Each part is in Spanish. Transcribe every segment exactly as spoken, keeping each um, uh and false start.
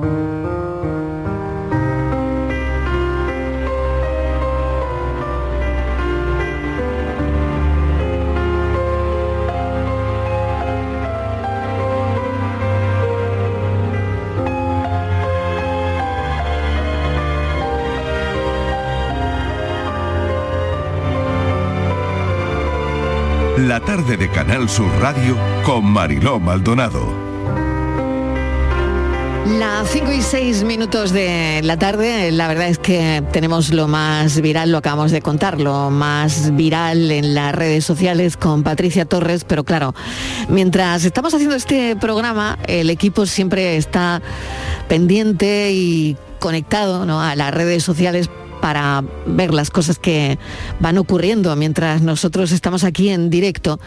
La tarde de Canal Sur Radio con Mariló Maldonado. Las cinco y seis minutos de la tarde, la verdad es que tenemos lo más viral, lo acabamos de contar, lo más viral en las redes sociales con Patricia Torres, pero claro, mientras estamos haciendo este programa, el equipo siempre está pendiente y conectado, ¿no?, a las redes sociales para ver las cosas que van ocurriendo mientras nosotros estamos aquí en directo.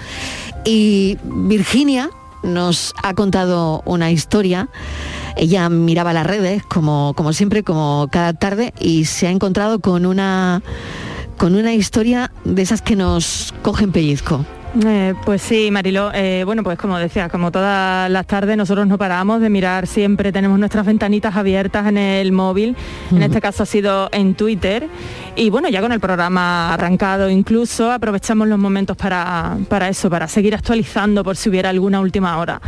Y Virginia nos ha contado una historia. Ella miraba las redes como, como siempre, como cada tarde, y se ha encontrado con una, con una historia de esas que nos cogen pellizco. Eh, pues sí, Mariló, eh, bueno, pues como decías, como todas las tardes nosotros no paramos de mirar, siempre tenemos nuestras ventanitas abiertas en el móvil, mm. en este caso ha sido en Twitter, y bueno, ya con el programa arrancado incluso, aprovechamos los momentos para, para eso, para seguir actualizando por si hubiera alguna última hora.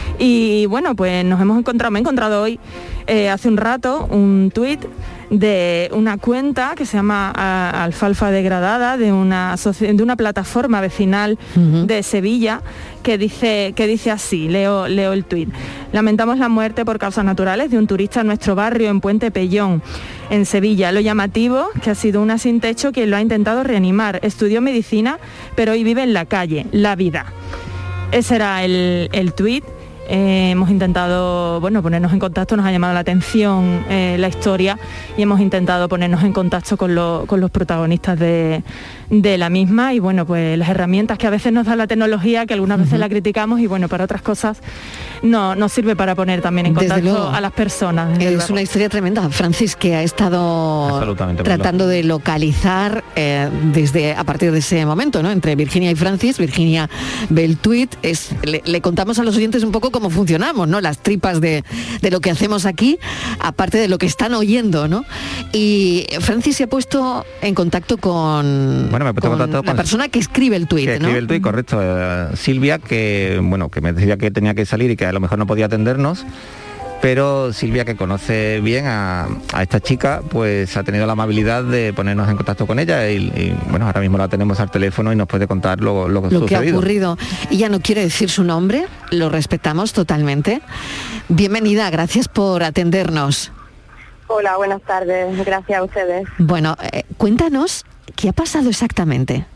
Y bueno, pues nos hemos encontrado, me he encontrado hoy, eh, hace un rato, un tuit de una cuenta que se llama a, Alfalfa Degradada, de una, de una plataforma vecinal uh-huh. de Sevilla, que dice, que dice así, leo, leo el tuit. Lamentamos la muerte por causas naturales de un turista en nuestro barrio en Puente Pellón, en Sevilla. Lo llamativo, que ha sido una sin techo quien lo ha intentado reanimar. Estudió medicina, pero hoy vive en la calle, la vida. Ese era el, el tuit. Eh, hemos intentado, bueno, ponernos en contacto, nos ha llamado la atención eh, la historia y hemos intentado ponernos en contacto con, lo, con los protagonistas de, de la misma, y bueno, pues las herramientas que a veces nos da la tecnología, que algunas uh-huh. veces la criticamos, y bueno, para otras cosas no nos sirve para poner también en contacto a las personas. Es luego. Una historia tremenda, Francis, que ha estado tratando de localizar eh, desde a partir de ese momento, ¿no?, entre Virginia y Francis. Virginia ve el tuit, es, le, le contamos a los oyentes un poco cómo funcionamos, ¿no?, las tripas de, de lo que hacemos aquí, aparte de lo que están oyendo, ¿no? Y Francis se ha puesto en contacto con, bueno, me he puesto con en contacto la con persona que escribe el tuit, que ¿no? escribe el tuit, correcto. Eh, Silvia, que bueno, que me decía que tenía que salir y que a lo mejor no podía atendernos, pero Silvia, que conoce bien a, a esta chica, pues ha tenido la amabilidad de ponernos en contacto con ella y, y bueno, ahora mismo la tenemos al teléfono y nos puede contar lo, lo, lo sucedido. que ha ocurrido. Ella no quiere decir su nombre, lo respetamos totalmente. Bienvenida, gracias por atendernos. Hola, buenas tardes, gracias a ustedes. Bueno, eh, cuéntanos, ¿qué ha pasado exactamente?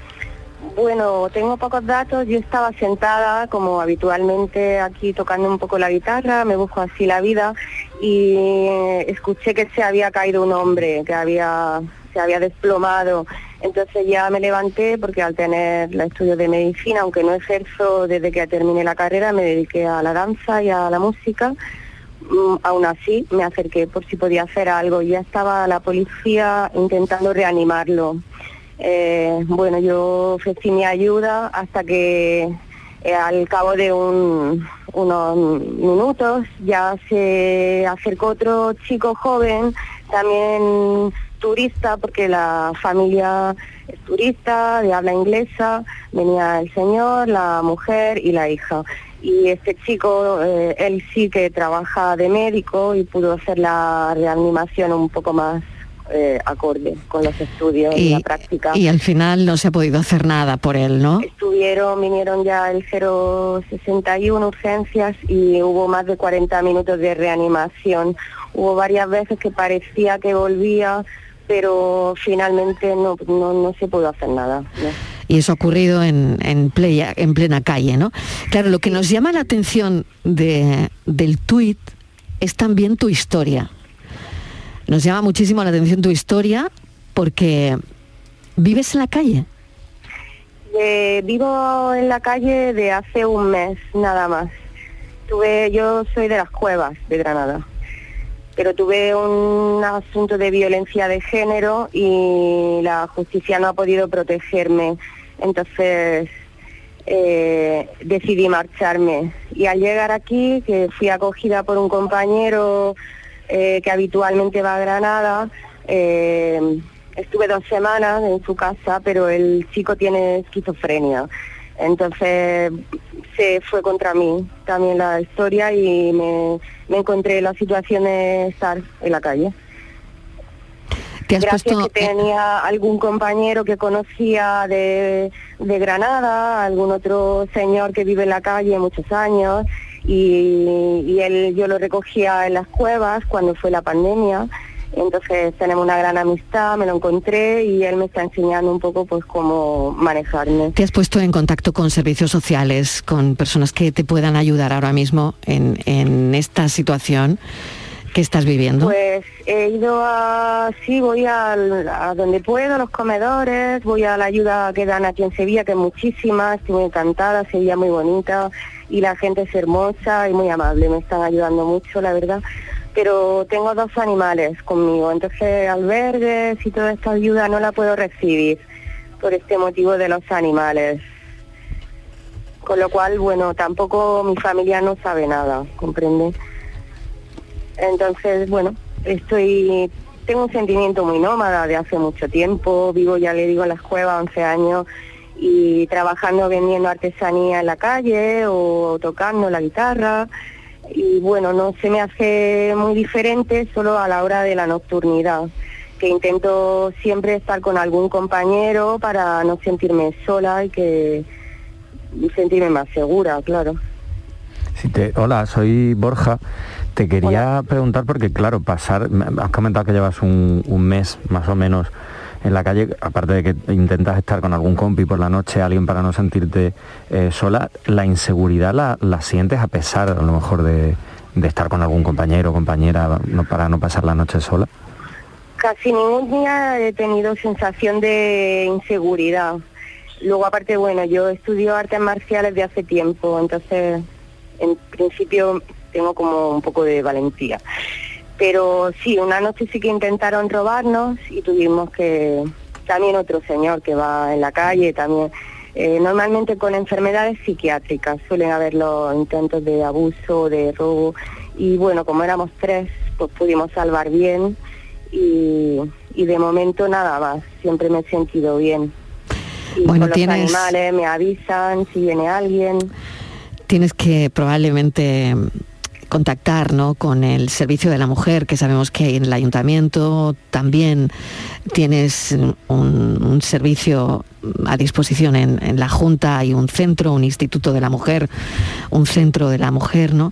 Bueno, tengo pocos datos. Yo estaba sentada, como habitualmente, aquí tocando un poco la guitarra, me busco así la vida, y escuché que se había caído un hombre, que había se había desplomado. Entonces ya me levanté, porque al tener el estudio de medicina, aunque no ejerzo desde que terminé la carrera, me dediqué a la danza y a la música. Mm, aún así, me acerqué por si podía hacer algo. Ya estaba la policía intentando reanimarlo. Eh, bueno, yo ofrecí mi ayuda hasta que eh, al cabo de un, unos minutos ya se acercó otro chico joven, también turista, porque la familia es turista, de habla inglesa. Venía el señor, la mujer y la hija. Y este chico, eh, él sí que trabaja de médico y pudo hacer la reanimación un poco más Eh, acorde con los estudios y, y la práctica. Y al final no se ha podido hacer nada por él, ¿no? Estuvieron, vinieron ya el cero sesenta y uno urgencias y hubo más de cuarenta minutos de reanimación. Hubo varias veces que parecía que volvía, pero finalmente no, no, no se pudo hacer nada, ¿no? Y eso ha ocurrido en, en, playa, en plena calle, ¿no? Claro, lo que nos llama la atención de, del tuit es también tu historia. Nos llama muchísimo la atención tu historia porque vives en la calle. Eh, vivo en la calle de hace un mes, nada más. Tuve, yo soy de las Cuevas de Granada, pero tuve un asunto de violencia de género y la justicia no ha podido protegerme. Entonces eh, decidí marcharme. Y al llegar aquí, que fui acogida por un compañero eh, que habitualmente va a Granada, eh, estuve dos semanas en su casa, pero el chico tiene esquizofrenia. Entonces se fue contra mí también la historia y me, me encontré en la situación de estar en la calle. ¿Te has Gracias puesto... que tenía algún compañero que conocía de, de Granada, algún otro señor que vive en la calle muchos años, y, y él, yo lo recogía en las cuevas cuando fue la pandemia. Entonces tenemos una gran amistad, me lo encontré y él me está enseñando un poco pues cómo manejarme. ¿Te has puesto en contacto con servicios sociales, con personas que te puedan ayudar ahora mismo en, en esta situación que estás viviendo? Pues he ido a, sí, voy a, a donde puedo, a los comedores, voy a la ayuda que dan aquí en Sevilla, que es muchísima, estoy muy encantada, Sevilla muy bonita y la gente es hermosa y muy amable, me están ayudando mucho, la verdad. Pero tengo dos animales conmigo, entonces albergues y toda esta ayuda no la puedo recibir por este motivo de los animales. Con lo cual, bueno, tampoco mi familia no sabe nada, ¿comprende? Entonces, bueno, estoy, tengo un sentimiento muy nómada de hace mucho tiempo, vivo, ya le digo, en las cuevas, once años, y trabajando vendiendo artesanía en la calle o tocando la guitarra. Y bueno, no se me hace muy diferente solo a la hora de la nocturnidad, que intento siempre estar con algún compañero para no sentirme sola y que y sentirme más segura, claro. Sí, te, hola, soy Borja. Te quería Hola. preguntar porque, claro, pasar, has comentado que llevas un, un mes más o menos en la calle, aparte de que intentas estar con algún compi por la noche, alguien para no sentirte eh, sola, la inseguridad la, la sientes a pesar, a lo mejor, de, de estar con algún compañero o compañera no, para no pasar la noche sola. Casi ningún día he tenido sensación de inseguridad. Luego, aparte, bueno, yo estudio artes marciales de hace tiempo, entonces, en principio, tengo como un poco de valentía. Pero sí, una noche sí que intentaron robarnos y tuvimos que... También otro señor que va en la calle, también... Eh, normalmente con enfermedades psiquiátricas suelen haber los intentos de abuso, de robo. Y bueno, como éramos tres, pues pudimos salvar bien. Y, y de momento nada más, siempre me he sentido bien. Y bueno, con tienes... los animales me avisan si viene alguien. Tienes que probablemente... contactar, ¿no?, con el servicio de la mujer, que sabemos que en el ayuntamiento también tienes un, un servicio a disposición en, en la Junta, hay un centro, un instituto de la mujer, un centro de la mujer, ¿no?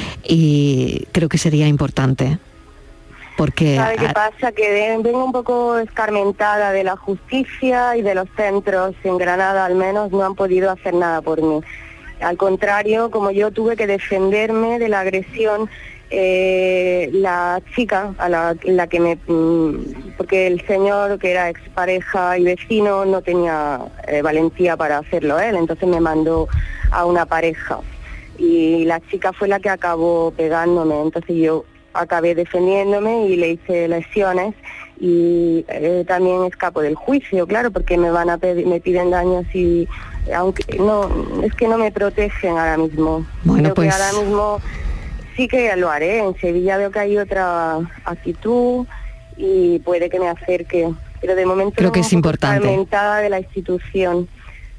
Y creo que sería importante. Porque ¿sabe qué pasa? Que vengo un poco escarmentada de la justicia y de los centros en Granada, al menos no han podido hacer nada por mí. Al contrario, como yo tuve que defenderme de la agresión, eh, la chica a la, la que me... porque el señor, que era expareja y vecino, no tenía eh, valentía para hacerlo él, entonces me mandó a una pareja. Y la chica fue la que acabó pegándome, entonces yo acabé defendiéndome y le hice lesiones y eh, también escapo del juicio, claro, porque me van a pedir, me piden daños y... aunque no, es que no me protegen ahora mismo. Bueno, creo pues... que ahora mismo sí que lo haré. En Sevilla veo que hay otra actitud y puede que me acerque, pero de momento creo que es importante. Fragmentada de la institución.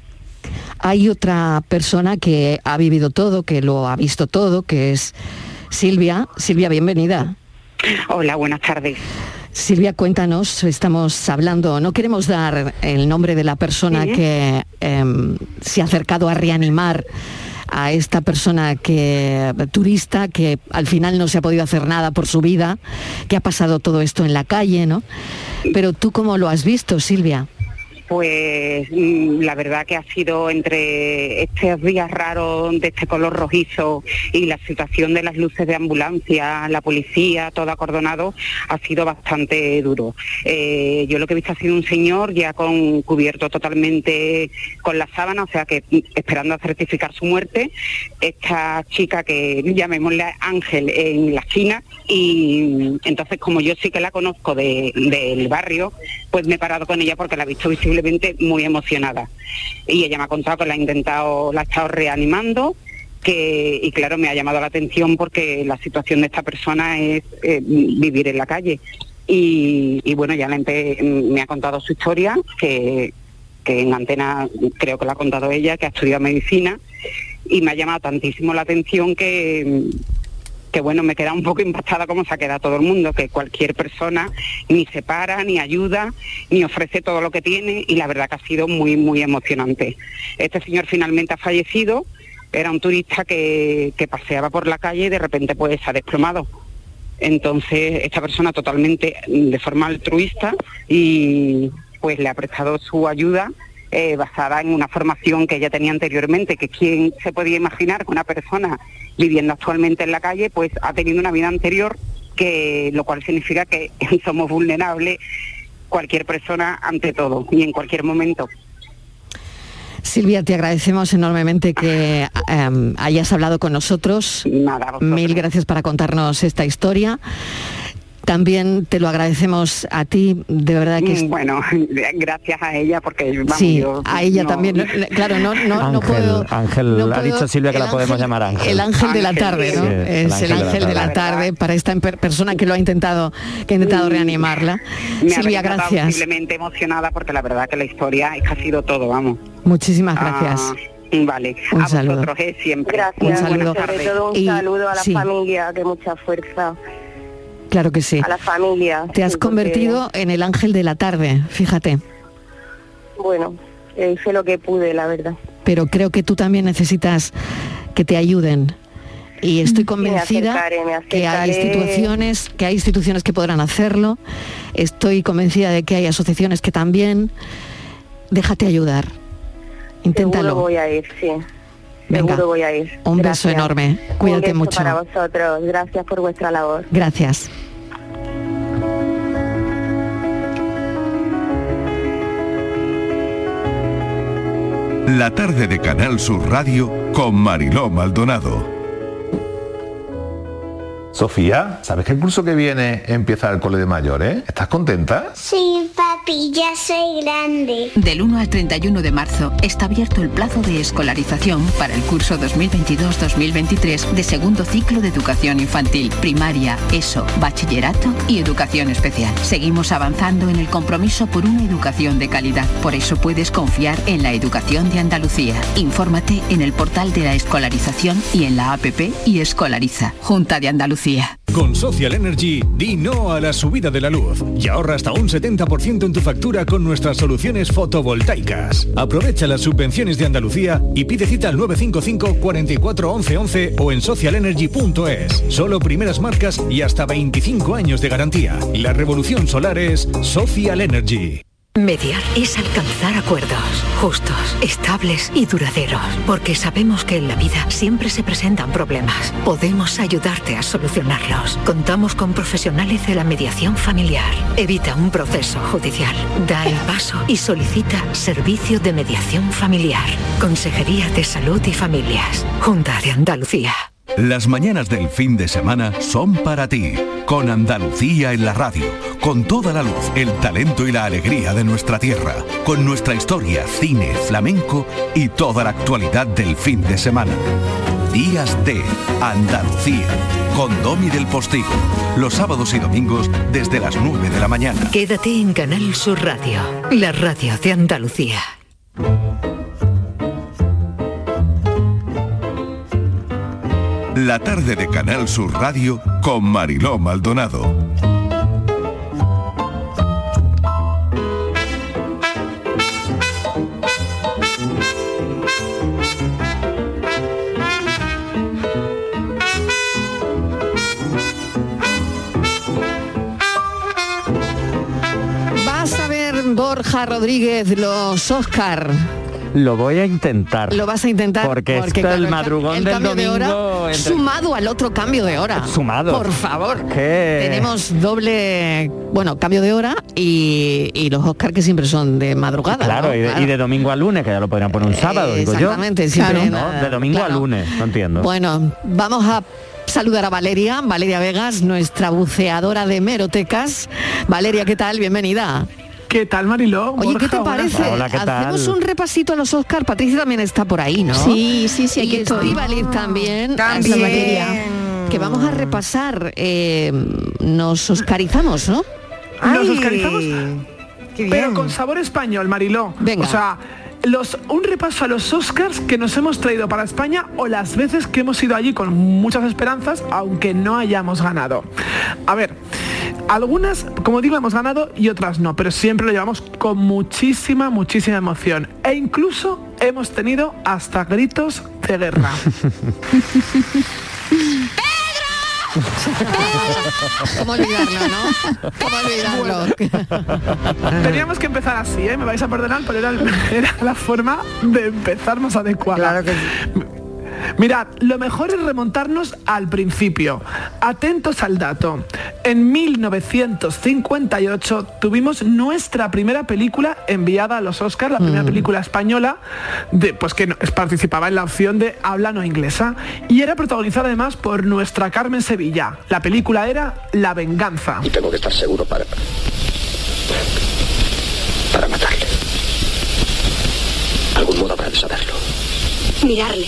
Hay otra persona que ha vivido todo, que lo ha visto todo, que es Silvia. Silvia, bienvenida. Hola, buenas tardes. Silvia, cuéntanos, estamos hablando, no queremos dar el nombre de la persona ¿sí? que eh, se ha acercado a reanimar a esta persona que turista que al final no se ha podido hacer nada por su vida, que ha pasado todo esto en la calle, ¿no? Pero tú, ¿cómo lo has visto, Silvia? Pues la verdad que ha sido entre estos días raros de este color rojizo y la situación de las luces de ambulancia, la policía, todo acordonado, ha sido bastante duro. Eh, yo lo que he visto ha sido un señor ya con cubierto totalmente con la sábana, o sea que esperando a certificar su muerte. Esta chica que llamémosle Ángel en la esquina, y entonces como yo sí que la conozco de, del barrio, pues me he parado con ella porque la he visto visible increíblemente muy emocionada. Y ella me ha contado que la ha intentado, la ha estado reanimando, que y claro, me ha llamado la atención porque la situación de esta persona es eh, vivir en la calle. Y, y bueno, ya la empe- me ha contado su historia, que, que en antena creo que la ha contado ella, que ha estudiado medicina, y me ha llamado tantísimo la atención que... que bueno, me queda un poco impactada como se ha quedado todo el mundo, que cualquier persona ni se para, ni ayuda, ni ofrece todo lo que tiene, y la verdad que ha sido muy, muy emocionante. Este señor finalmente ha fallecido, era un turista que, que paseaba por la calle y de repente pues se ha desplomado. Entonces esta persona totalmente de forma altruista y pues le ha prestado su ayuda eh, basada en una formación que ella tenía anteriormente, que quién se podía imaginar que una persona viviendo actualmente en la calle pues ha tenido una vida anterior, que lo cual significa que somos vulnerables cualquier persona ante todo y en cualquier momento. Silvia, te agradecemos enormemente que um, hayas hablado con nosotros. Nada, Mil gracias para contarnos esta historia. También te lo agradecemos a ti, de verdad que... Es... Bueno, gracias a ella, porque... Vamos, sí, yo, a ella no... también. Claro, no, no, Ángel, no puedo... Ángel, no ha puedo, dicho Silvia que la podemos ángel, llamar Ángel. El ángel de la Ángel, tarde, ¿no? Sí, es el ángel de la tarde para esta persona que lo ha intentado, que ha intentado reanimarla. Me Silvia, gracias. Simplemente emocionada porque la verdad que la historia es que ha sido todo, vamos. Muchísimas gracias. Ah, vale, un a saludo. vosotros eh, siempre. Gracias, un saludo. sobre todo un y, saludo a la sí. familia, que mucha fuerza. Claro que sí. A la familia. Te has sí, convertido porque, en el ángel de la tarde, fíjate. Bueno, eh, hice lo que pude, la verdad. Pero creo que tú también necesitas que te ayuden. Y estoy convencida me acercaré, me acercaré. que hay instituciones, que hay instituciones que podrán hacerlo. Estoy convencida de que hay asociaciones que también. Déjate ayudar. Inténtalo. Seguro voy a ir, sí. Venga, Seguro voy a ir. un Gracias. beso enorme. Cuídate un beso mucho. para vosotros. Gracias por vuestra labor. Gracias. La tarde de Canal Sur Radio con Mariló Maldonado. Sofía, ¿sabes que el curso que viene empieza el cole de mayores? ¿Estás contenta? Sí, papi, ya soy grande. Del uno al treinta y uno de marzo está abierto el plazo de escolarización para el curso dos mil veintidós dos mil veintitrés de segundo ciclo de educación infantil, primaria, ESO, bachillerato y educación especial. Seguimos avanzando en el compromiso por una educación de calidad. Por eso puedes confiar en la educación de Andalucía. Infórmate en el portal de la escolarización y en la app y Escolariza. Junta de Andalucía. Con Social Energy, di no a la subida de la luz y ahorra hasta un setenta por ciento en tu factura con nuestras soluciones fotovoltaicas. Aprovecha las subvenciones de Andalucía y pide cita al nueve cinco cinco, cuatro cuatro, once once o en social energy punto es. Solo primeras marcas y hasta veinticinco años de garantía. La revolución solar es Social Energy. Mediar es alcanzar acuerdos justos, estables y duraderos, porque sabemos que en la vida siempre se presentan problemas. Podemos ayudarte a solucionarlos. Contamos con profesionales de la mediación familiar. Evita un proceso judicial. Da el paso y solicita servicio de mediación familiar. Consejería de Salud y Familias. Junta de Andalucía. Las mañanas del fin de semana son para ti, con Andalucía en la radio, con toda la luz, el talento y la alegría de nuestra tierra, con nuestra historia, cine, flamenco y toda la actualidad del fin de semana. Días de Andalucía, con Domi del Postigo, los sábados y domingos desde las nueve de la mañana. Quédate en Canal Sur Radio, la radio de Andalucía. La tarde de Canal Sur Radio con Mariló Maldonado. Vas a ver, Borja Rodríguez, los Oscar. Lo voy a intentar. Lo vas a intentar porque, porque esto claro, el madrugón el del cambio domingo de hora, entre... sumado al otro cambio de hora. Sumado. Por favor. ¿Qué? Tenemos doble, bueno, cambio de hora y, y los Oscar que siempre son de madrugada. Claro, ¿no? y, de, claro. y de domingo a lunes, que ya lo podrían poner un sábado, eh, digo yo. Exactamente, siempre. Claro, ¿no? De domingo claro. a lunes, no entiendo. Bueno, vamos a saludar a Valeria, Valeria Vegas, nuestra buceadora de hemerotecas. Valeria, ¿qué tal? Bienvenida. ¿Qué tal, Mariló? Oye, Borja, ¿qué te parece? Hola, ¿qué tal? Hacemos un repasito a los Oscar. Patricia también está por ahí, ¿no? Sí, sí, sí, aquí y estoy. Estíbaliz también. También. Así que vamos a repasar. Eh, nos oscarizamos, ¿no? ¿Nos Ay, oscarizamos? qué bien. Pero con sabor español, Mariló. Venga. O sea, los, un repaso a los Oscars que nos hemos traído para España o las veces que hemos ido allí con muchas esperanzas, aunque no hayamos ganado. A ver, algunas, como digo, hemos ganado y otras no, pero siempre lo llevamos con muchísima, muchísima emoción. E incluso hemos tenido hasta gritos de guerra. ¿Cómo olvidarlo, no? ¿Cómo olvidarlo? Teníamos que empezar así, ¿eh? Me vais a perdonar, pero era, era la forma de empezar más adecuada. Claro que sí. Mirad, lo mejor es remontarnos al principio. Atentos al dato. En mil novecientos cincuenta y ocho tuvimos nuestra primera película enviada a los Oscars, la primera mm. película española, de, pues que no, participaba en la opción de habla no inglesa. Y era protagonizada además por nuestra Carmen Sevilla. La película era La Venganza. Y tengo que estar seguro para... para matarle. Algún modo habrá de saberlo. Mirarle.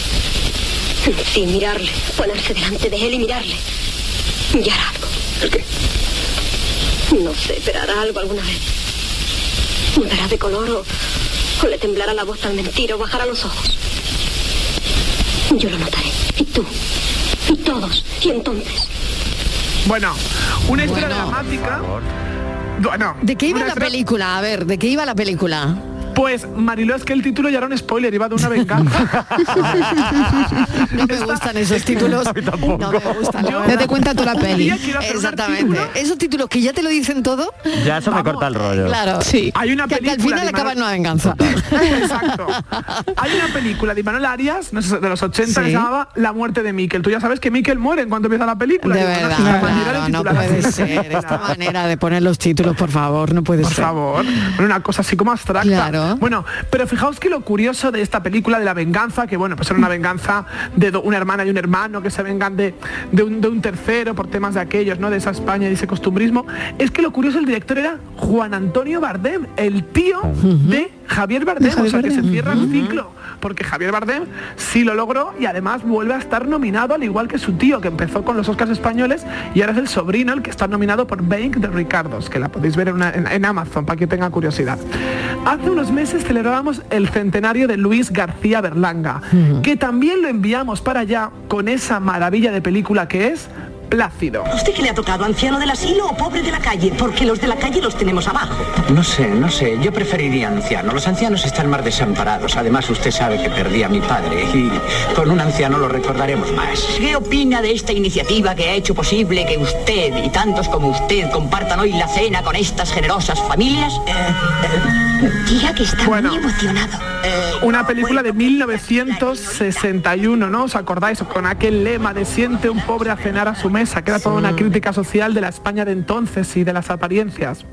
Sí, mirarle, ponerse delante de él y mirarle. Y hará algo. ¿El qué? No sé, pero hará algo alguna vez. Mudará de color o, o le temblará la voz al mentir o bajará los ojos. Yo lo notaré. Y tú. Y todos. Y entonces. Bueno, una historia Bueno. dramática. Bueno, ¿De qué iba una la historia- película? A ver, ¿de qué iba la película? Pues, Mariló, es que el título ya era un spoiler, iba de una venganza. No me gustan esos títulos. No me gustan. la Date verdad. cuenta tú la peli. Quiero hacer un Exactamente. artículo. Esos títulos que ya te lo dicen todo. Ya eso me Vamos. corta el rollo. Claro. Sí. Hay una Que, que al película final de acaba en Imanol- una venganza. Exacto. Hay una película de Imanol Arias, no sé, de los ochenta, que Sí. se llamaba La muerte de Miquel. Tú ya sabes que Miquel muere en cuanto empieza la película. De Y bueno, verdad, esta manera de claro, no titular puede así. ser. Esta manera de poner los títulos, por favor, no puede Por ser. favor. Bueno, una cosa así como abstracta. Claro. Bueno, pero fijaos que lo curioso de esta película de la venganza, que bueno, pues era una venganza de do- una hermana y un hermano que se vengan de, de, un, de un tercero por temas de aquellos, ¿no? De esa España y ese costumbrismo. Es que lo curioso, el director era Juan Antonio Bardem, el tío de Javier Bardem. De Javier o sea, que se Bardem. cierra el ciclo, porque Javier Bardem sí lo logró y además vuelve a estar nominado, al igual que su tío, que empezó con los Oscars españoles y ahora es el sobrino el que está nominado por Bank de Ricardos, que la podéis ver en, una- en- en Amazon para que tenga curiosidad. Hace unos meses celebrábamos el centenario de Luis García Berlanga, que también lo enviamos para allá con esa maravilla de película que es Plácido. ¿A usted qué le ha tocado, anciano del asilo o pobre de la calle? Porque los de la calle los tenemos abajo. No sé, no sé. Yo preferiría anciano. Los ancianos están más desamparados. Además, usted sabe que perdí a mi padre y con un anciano lo recordaremos más. ¿Qué opina de esta iniciativa que ha hecho posible que usted y tantos como usted compartan hoy la cena con estas generosas familias? Tía, que está Bueno. muy emocionado. Una película de mil novecientos sesenta y uno, ¿no? ¿Os acordáis? Con aquel lema de siente un pobre a cenar a su mesa, que era toda una crítica social de la España de entonces y de las apariencias.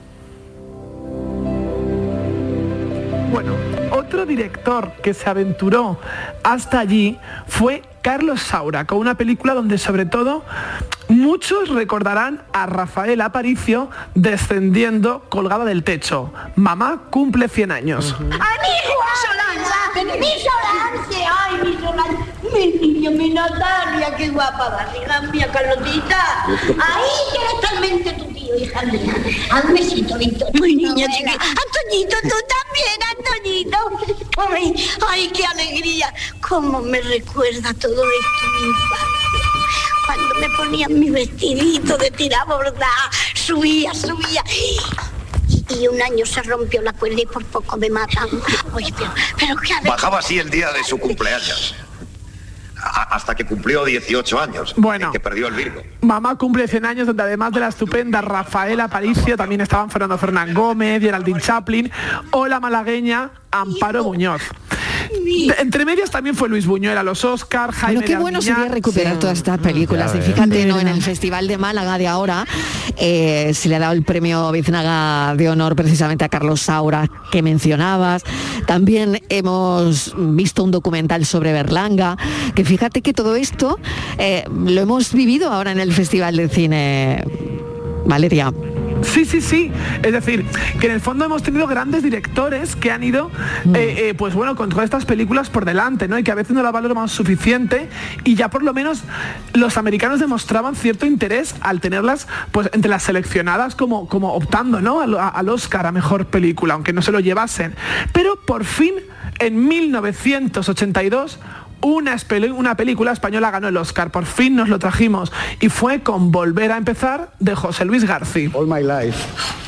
Bueno, otro director que se aventuró hasta allí fue Carlos Saura, con una película donde sobre todo muchos recordarán a Rafael Aparicio descendiendo colgada del techo. Mamá cumple cien años. ¡Ay, mi Solange! ¡Mi Solange! ¡Ay, mi Solange! Mi niña, mi Natalia, qué guapa barriga mía, Carlotita. ¡Ay, que eres talmente tu tío, hija mía! Haz un besito, Víctor. Mi niña chiquita. Antoñito, tú también, Antoñito. ¡Ay, ay, qué alegría! ¿Cómo me recuerda todo esto mi infancia? Cuando me ponían mi vestidito de tiraborda, subía, subía. Y un año se rompió la cuerda y por poco me matan. Oye, pero, pero qué alegría. Bajaba así el día de su cumpleaños. A- hasta que cumplió dieciocho años. Bueno. en que perdió el Virgo. Mamá cumple cien años, donde además de la estupenda Rafael Aparicio también estaban Fernando Fernán Gómez, Geraldine Chaplin o la malagueña Amparo Muñoz. De- entre medias también fue Luis Buñuel a los Oscar, Jaime Bueno, qué bueno Gardiñán. sería recuperar Sí. todas estas películas. Ya Y ves. fíjate, De ¿no? En verdad. el Festival de Málaga de ahora eh, se le ha dado el premio Biznaga de honor precisamente a Carlos Saura, que mencionabas. También hemos visto un documental sobre Berlanga, que fíjate que todo esto eh, lo hemos vivido ahora en el Festival de Cine. Valeria. Sí, sí, sí. Es decir, que en el fondo hemos tenido grandes directores que han ido, mm. eh, eh, pues bueno, con todas estas películas por delante, ¿no? Y que a veces no la valoramos suficiente y ya por lo menos los americanos demostraban cierto interés al tenerlas, pues entre las seleccionadas como, como optando, ¿no? Al, al Oscar a mejor película, aunque no se lo llevasen. Pero por fin, en mil novecientos ochenta y dos, Una, una película española ganó el Oscar, por fin nos lo trajimos, y fue con Volver a empezar, de José Luis García. All my life,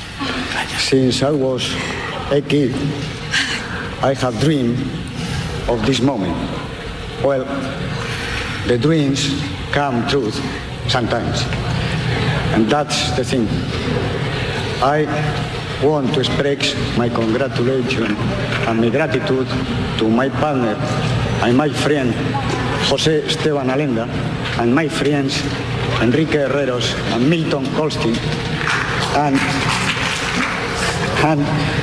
since I was a kid, I have dreamed of this moment. Well, the dreams come true sometimes, and that's the thing. I want to express my congratulations and my gratitude to my partner and my friend José Esteban Alenda, and my friends Enrique Herreros and Milton Colstin, and, and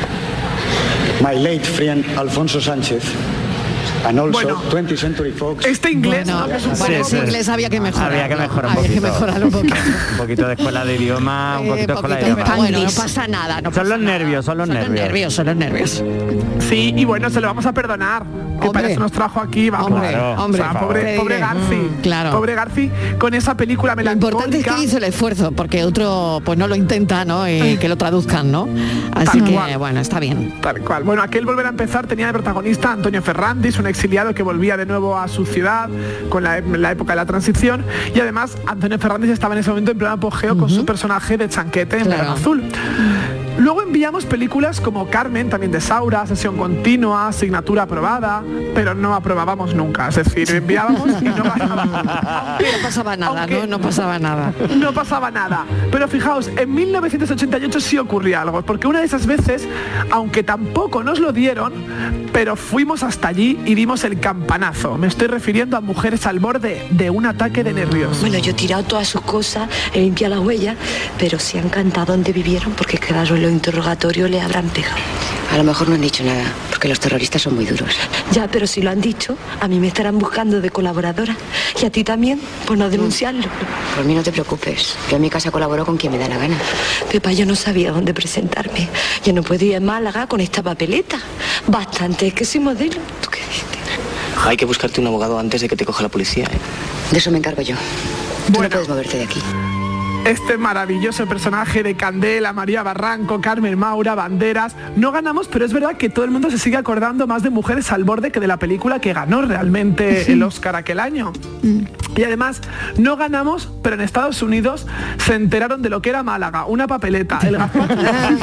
my late friend Alfonso Sánchez. And also bueno, twentieth Century Fox. Este inglés, bueno, ¿no? sí, bueno, este sí. inglés había que mejorar. Había que mejorar un había poquito. Que mejorarlo un poquito. Un poquito de escuela de idioma, un poquito de escuela de idioma. Bueno, no pasa nada. No son pasa los nada. nervios, son los son nervios. Los nervios. Son los nervios. Sí, y bueno, se lo vamos a perdonar. Que para eso nos trajo aquí, vamos. Hombre, claro, hombre, o sea, pobre, pobre Garci. Mm, claro. Pobre Garci con esa película melancólica. Lo importante es que hizo el esfuerzo, porque otro pues no lo intenta, ¿no? Y que lo traduzcan, ¿no? Así Tal que, cual. bueno, está bien. Tal cual. Bueno, aquel Volver a empezar tenía de protagonista a Antonio Ferrandis, un exiliado que volvía de nuevo a su ciudad con la, la época de la transición, y además Antonio Ferrandis estaba en ese momento en pleno apogeo uh-huh. con su personaje de Chanquete en claro. Verano Azul. Luego enviamos películas como Carmen, también de Saura, Sesión Continua, Asignatura Aprobada, pero no aprobábamos nunca, es decir, enviábamos y no pasábamos. No pasaba nada, aunque, ¿no? No pasaba nada. No pasaba nada. Pero fijaos, en mil novecientos ochenta y ocho sí ocurría algo, porque una de esas veces, aunque tampoco nos lo dieron, pero fuimos hasta allí y dimos el campanazo. Me estoy refiriendo a Mujeres al borde de un ataque de nervios. Bueno, yo he tirado todas sus cosas, he limpiado las huellas, pero se han cantado donde vivieron, porque quedaron los interrogatorios le habrán pegado. A lo mejor no han dicho nada, porque los terroristas son muy duros. Ya, pero si lo han dicho, a mí me estarán buscando de colaboradora. Y a ti también, por no denunciarlo. Por mí no te preocupes. Yo en mi casa colaboro con quien me da la gana. Pepa, yo no sabía dónde presentarme. Yo no puedo ir a Málaga con esta papeleta. Bastante, es que soy modelo. ¿Tú qué dices? Hay que buscarte un abogado antes de que te coja la policía, ¿eh? De eso me encargo yo. Tú bueno. no puedes moverte de aquí. Este maravilloso personaje de Candela, María Barranco, Carmen Maura, Banderas. No ganamos, pero es verdad que todo el mundo se sigue acordando más de Mujeres al borde que de la película que ganó realmente el Oscar aquel año. Y además, no ganamos, pero en Estados Unidos se enteraron de lo que era Málaga, una papeleta, el gazpacho.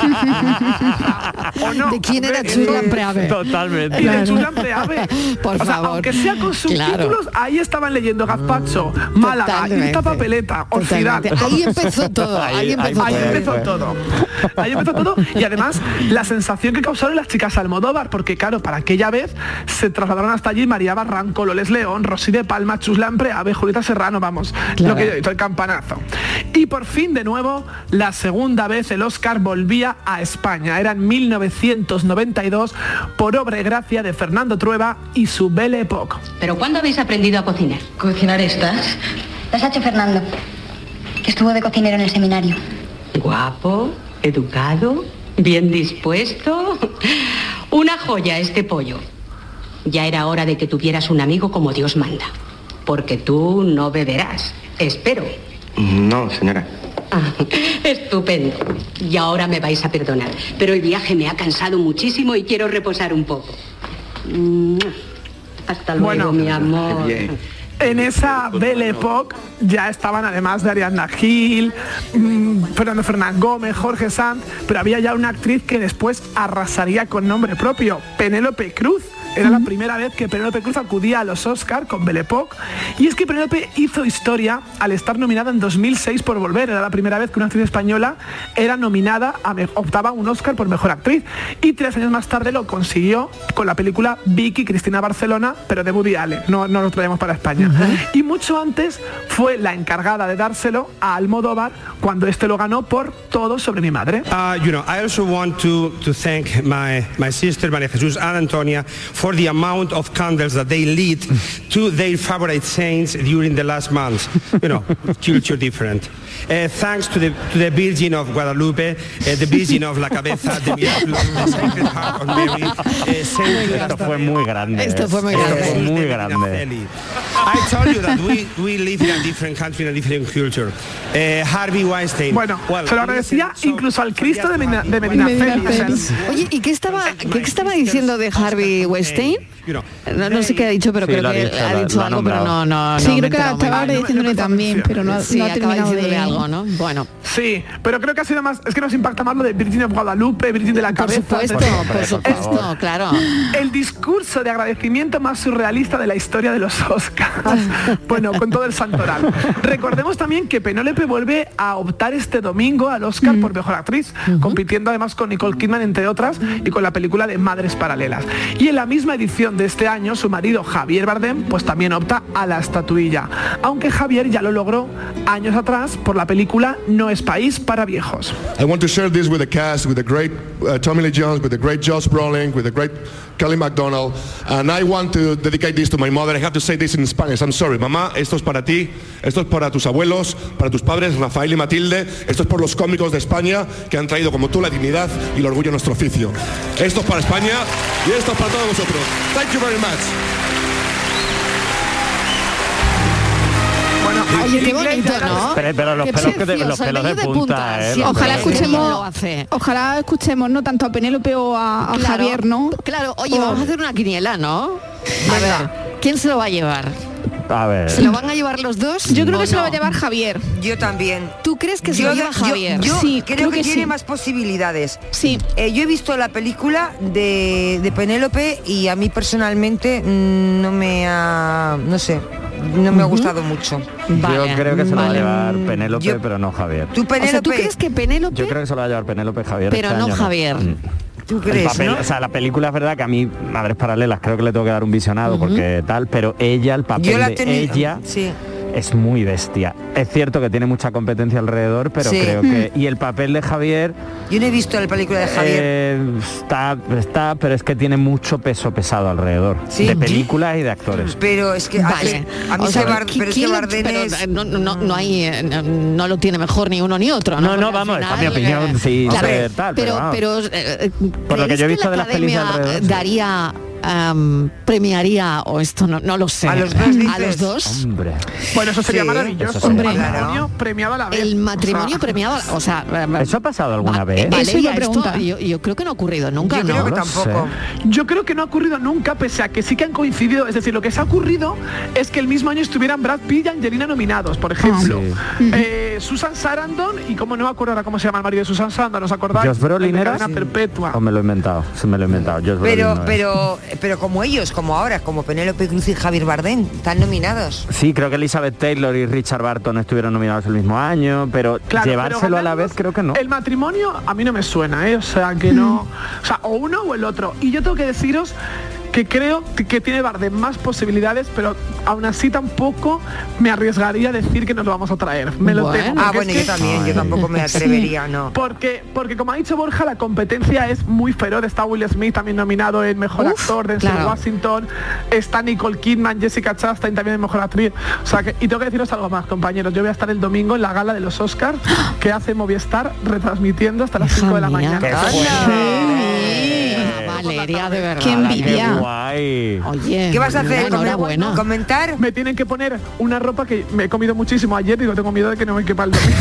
¿O no? ¿De quién era Chuslan Preave? Totalmente. Y de Chuslan Preave. Por o sea, favor. aunque sea con subtítulos, claro. Ahí estaban leyendo gazpacho, Málaga, Totalmente. Y esta papeleta, Orfidal. Ahí empezó todo, ahí, ahí empezó, ahí todo. empezó todo. Ahí empezó todo. Y además, la sensación que causaron las chicas Almodóvar, porque claro, para aquella vez se trasladaron hasta allí María Barranco, Loles León, Rosy de Palma, Chuslan Preave, Julieta Serrano, vamos, claro. Lo que yo he dicho, el campanazo. Y por fin, de nuevo, la segunda vez el Oscar volvía a España. Era en mil novecientos noventa y dos, por obra y gracia de Fernando Trueba y su Belle Époque. ¿Pero cuándo habéis aprendido a cocinar? ¿Cocinar estas? Las ha hecho Fernando, que estuvo de cocinero en el seminario. Guapo, educado, bien dispuesto. Una joya este pollo. Ya era hora de que tuvieras un amigo como Dios manda. Porque tú no beberás, espero. No, señora. Ah, estupendo. Y ahora me vais a perdonar. Pero el viaje me ha cansado muchísimo y quiero reposar un poco. Hasta luego, bueno, mi amor. En esa Belle Époque ya estaban, además de Ariadna Gil, mmm, Fernando Fernán Gómez, Jorge Sanz, pero había ya una actriz que después arrasaría con nombre propio, Penélope Cruz. Era la primera vez que Penélope Cruz acudía a los Oscar con Belle Époque. Y es que Penélope hizo historia al estar nominada en dos mil seis por Volver. Era la primera vez que una actriz española era nominada, a me- optaba un Oscar por Mejor Actriz. Y tres años más tarde lo consiguió con la película Vicky, Cristina Barcelona, pero de Woody Allen. No, no lo traemos para España. Uh-huh. Y mucho antes fue la encargada de dárselo a Almodóvar cuando este lo ganó por Todo sobre mi madre. Uh, you know, I also want to, to thank my, my sister, María Jesús and Antonia, for the amount of candles that they lit to their favorite saints during the last months. You know, culture different. Uh, thanks to the, to the Virgin of Guadalupe, uh, the Virgin of La Cabeza, the Miraculous, the Sacred Heart of Mary, uh, Saint Esto fue muy grande. Esto fue muy grande. Esto fue muy grande. I told you that we, we live in a different country, in a different culture. Uh, Harvey Weinstein. Bueno, well, se lo agradecía incluso al Cristo de, Medina, de Medinaceli. O sea, Oye, ¿y qué estaba, qué estaba diciendo de Harvey Weinstein? No, no sé qué ha dicho, pero Sí, creo lo ha que dicho, ha lo- dicho lo ha algo, pero no, no, Sí, no me creo que he la enterado muy estaba bien. diciéndole también, pero no, Sí, no ha acaba terminado diciéndole de... algo, ¿no? Bueno. Sí, pero creo que ha sido más, es que nos impacta más lo de Virgin of Guadalupe, Virgin de la Por Cabeza. supuesto, por supuesto, claro. El discurso de agradecimiento más surrealista de la historia de los Oscars. Bueno, con todo el santoral. Recordemos también que Penélope vuelve a optar este domingo al Oscar por Mejor Actriz, compitiendo además con Nicole Kidman, entre otras, y con la película de Madres Paralelas. Y en la misma edición de este año, su marido Javier Bardem, pues también opta a la estatuilla. Aunque Javier ya lo logró años atrás por la película No es país para viejos. I want to share this with the cast, with the great uh, Tommy Lee Jones, with the great Josh Brolin, with the great Kelly MacDonald, and I want to dedicate this to my mother. I have to say this in Spanish. I'm sorry, mamá, esto es para ti, esto es para tus abuelos, para tus padres, Rafael y Matilde, esto es por los cómicos de España que han traído como tú la dignidad y el orgullo a nuestro oficio. Esto es para España y esto es para todos vosotros. Thank you very much. Oye, qué bonito, ¿no? Pero, pero los Qué pelos, que de, precioso, los el pelos de vello de punta, punta, ¿eh? sí, Los Ojalá pelos de escuchemos, lo hace. ojalá escuchemos no tanto a Penélope o a, a Claro, Javier, ¿no? Claro, oye, O- vamos a hacer una quiniela, ¿no? A ver, ¿quién se lo va a llevar? A ver. ¿Se lo van a llevar los dos? Yo creo ¿O que se lo va a no? llevar Javier. Yo también. ¿Tú crees que se Yo- lo lleva yo- Javier? Yo, Sí, creo, creo que, que tiene sí. más posibilidades. Sí. Eh, yo he visto la película de, de Penélope y a mí personalmente mm, no me ha, no sé, no me ha gustado mucho. Vale, Yo creo que se lo va a vale. llevar Penélope, Yo- pero no Javier. Tú O sea, Penélope, ¿tú crees que Penélope? Yo creo que se lo va a llevar Penélope Javier. Pero este no año, Javier. Mm. tú El crees, papel, ¿no? o sea, la película es verdad que a mí, Madres Paralelas, creo que le tengo que dar un visionado porque tal, pero ella, el papel Yo la de tenía- ella sí. es muy bestia. Es cierto que tiene mucha competencia alrededor, pero Sí. creo que... Y el papel de Javier... Yo no he visto la película de Javier. eh, está, está, pero es que tiene mucho peso pesado alrededor. Sí. De películas y de actores. Pero es que Vale. hace- a mí O se sea, Bar- ¿qui- pero es que quién lo- Bardem pero, es- eh, no, no, no hay, eh, no, no lo tiene mejor ni uno ni otro. No, No, no, Porque al vamos, esta es mi final, opinión, eh, sin claro, ser tal, pero pero, vamos. pero, eh, Por lo que ¿creéis yo he visto la de las pelis Academia alrededor, sí. daría, am, premiaría, o esto no, no lo sé, ¿A los dos a dices? los dos? Hombre. Bueno, eso sería Sí, maravilloso. eso Un sería matrimonio premiado a la vez. El matrimonio O sea, premiado, o sea, eh, ¿Eso ha pasado alguna Va- vez? eh, Valeria, Eso iba a esto preguntar. yo, yo creo que no ha ocurrido nunca, Yo ¿no? creo que lo tampoco. Yo creo que no ha ocurrido nunca, pese a que sí que han coincidido. Es decir, lo que se ha ocurrido es que el mismo año estuvieran Brad Pitt y Angelina nominados, por ejemplo. Sí. Eh, Susan Sarandon, y como no me acuerdo ahora cómo se llama el marido de Susan Sarandon, ¿os acordáis? ¿Josh Brolin El de era? Cadena Sí. Perpetua. O me lo he inventado, se me lo he inventado. Josh Brolin Pero, no es. pero, pero como ellos, como ahora, como Penélope Cruz y Javier Bardem, están nominados. Sí, creo que Elizabeth Taylor y Richard Barton estuvieron nominados el mismo año, pero Claro, llevárselo pero a la ganarlos, vez creo que no. El matrimonio a mí no me suena, ¿eh? O sea, que no... O sea, o uno o el otro. Y yo tengo que deciros que creo que tiene Bardem más posibilidades, pero aún así tampoco me arriesgaría a decir que nos lo vamos a traer. Me lo Bueno. temo. Ah, porque bueno, es yo que- también, yo tampoco me atrevería, no. Porque, porque como ha dicho Borja, la competencia es muy feroz. Está Will Smith también nominado en Mejor Uf, Actor, Denzel claro. Washington, está Nicole Kidman, Jessica Chastain también en Mejor Actriz. O sea que, y tengo que deciros algo más, compañeros. Yo voy a estar el domingo en la gala de los Oscars que hace Movistar retransmitiendo hasta las Hija cinco de la mía. mañana. ¡Qué Ah, Valeria, de verdad. ¡Qué envidia! ¡Qué guay! Oye, ¿Qué vas a hacer? enhorabuena. ¿Comentar? Me tienen que poner una ropa que me he comido muchísimo ayer, digo, tengo miedo de que no me quepa el domingo.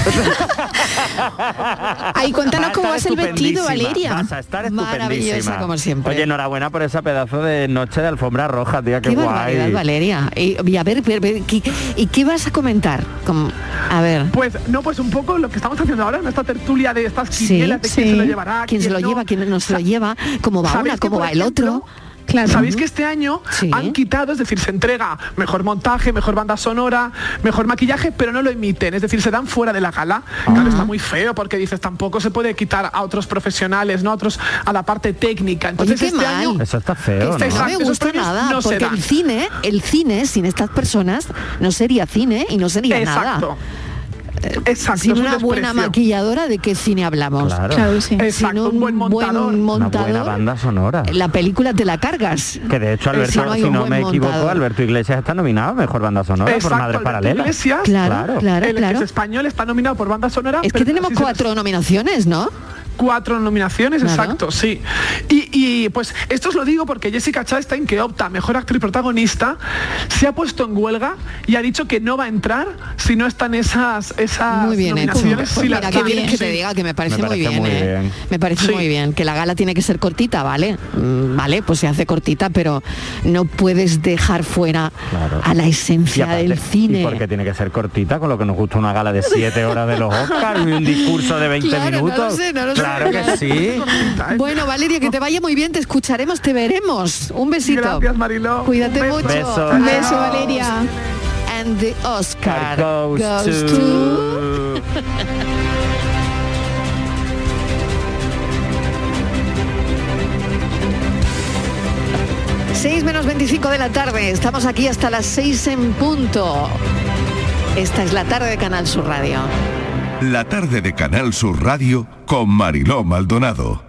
Ay, cuéntanos Va a cómo va a estar ser el vestido, estupendísima, Valeria. Vas a estar Maravillosa, estupendísima. como siempre. Oye, enhorabuena por ese pedazo de noche de alfombra roja, tía, qué, Qué guay. barbaridad, Valeria. Y, y a ver, ver, ver, ¿qué- ¿y qué vas a comentar? Como, a ver. Pues no, pues un poco lo que estamos haciendo ahora en esta tertulia de estas Sí, quinielas de quién sí. se lo llevará, ¿Quién se lo no. lleva, quién no se lo lleva? ¿Cómo va ¿Sabéis una, que, cómo por va el ejemplo, otro? Claro. Sabéis que este año Sí. han quitado, es decir, se entrega mejor montaje, mejor banda sonora, mejor maquillaje, pero no lo emiten, es decir, se dan fuera de la gala. Claro, está muy feo porque dices, tampoco se puede quitar a otros profesionales, no a otros, a la parte técnica. Entonces qué este mal. año Eso está feo, Este ¿no? No me Exacto, esos gusta premios nada, no se porque dan. el cine, el cine sin estas personas no sería cine y no sería Exacto. nada. Exacto, sin es un una buena desprecio. maquilladora, ¿de qué cine hablamos? Claro. Claro, Sin Exacto, un, un buen montador. buen Una montador, buena banda sonora. la película te la cargas. Que de hecho Alberto, Si no hay si un no buen me equivoco, montador. Alberto Iglesias está nominado a Mejor Banda Sonora Exacto, por Madres Alberto Paralelas. Iglesias, Claro, claro, el claro. que es español, está nominado por banda sonora. Es que pero tenemos sí se cuatro nominaciones, ¿no? Cuatro nominaciones, Claro. exacto, sí. Y, y, pues esto os lo digo porque Jessica Chastain, que opta a Mejor Actriz Protagonista, se ha puesto en huelga y ha dicho que no va a entrar si no están esas, esas Muy bien hecho. nominaciones. Pues si mira, las qué dan. bien que Sí. te diga que me parece, Me muy parece bien, muy ¿eh? bien. Me parece Sí. muy bien. Que la gala tiene que ser cortita, ¿vale? Mm, Vale, pues se hace cortita, pero no puedes dejar fuera Claro. a la Y esencia aparte, del cine. ¿y por qué tiene que ser cortita? Con lo que nos gusta una gala de siete horas de los Oscars y un discurso de veinte Claro, no minutos. lo sé, no lo sé. claro que sí. Bueno, Valeria, que te vaya muy bien, te escucharemos, te veremos. Un besito. Gracias, Mariló. Cuídate Un beso. mucho. Beso. Un beso, Chao. Valeria. And the Oscar Goes goes to- to... seis menos veinticinco de la tarde, estamos aquí hasta las seis en punto. Esta es la tarde de Canal Sur Radio. La tarde de Canal Sur Radio con Mariló Maldonado.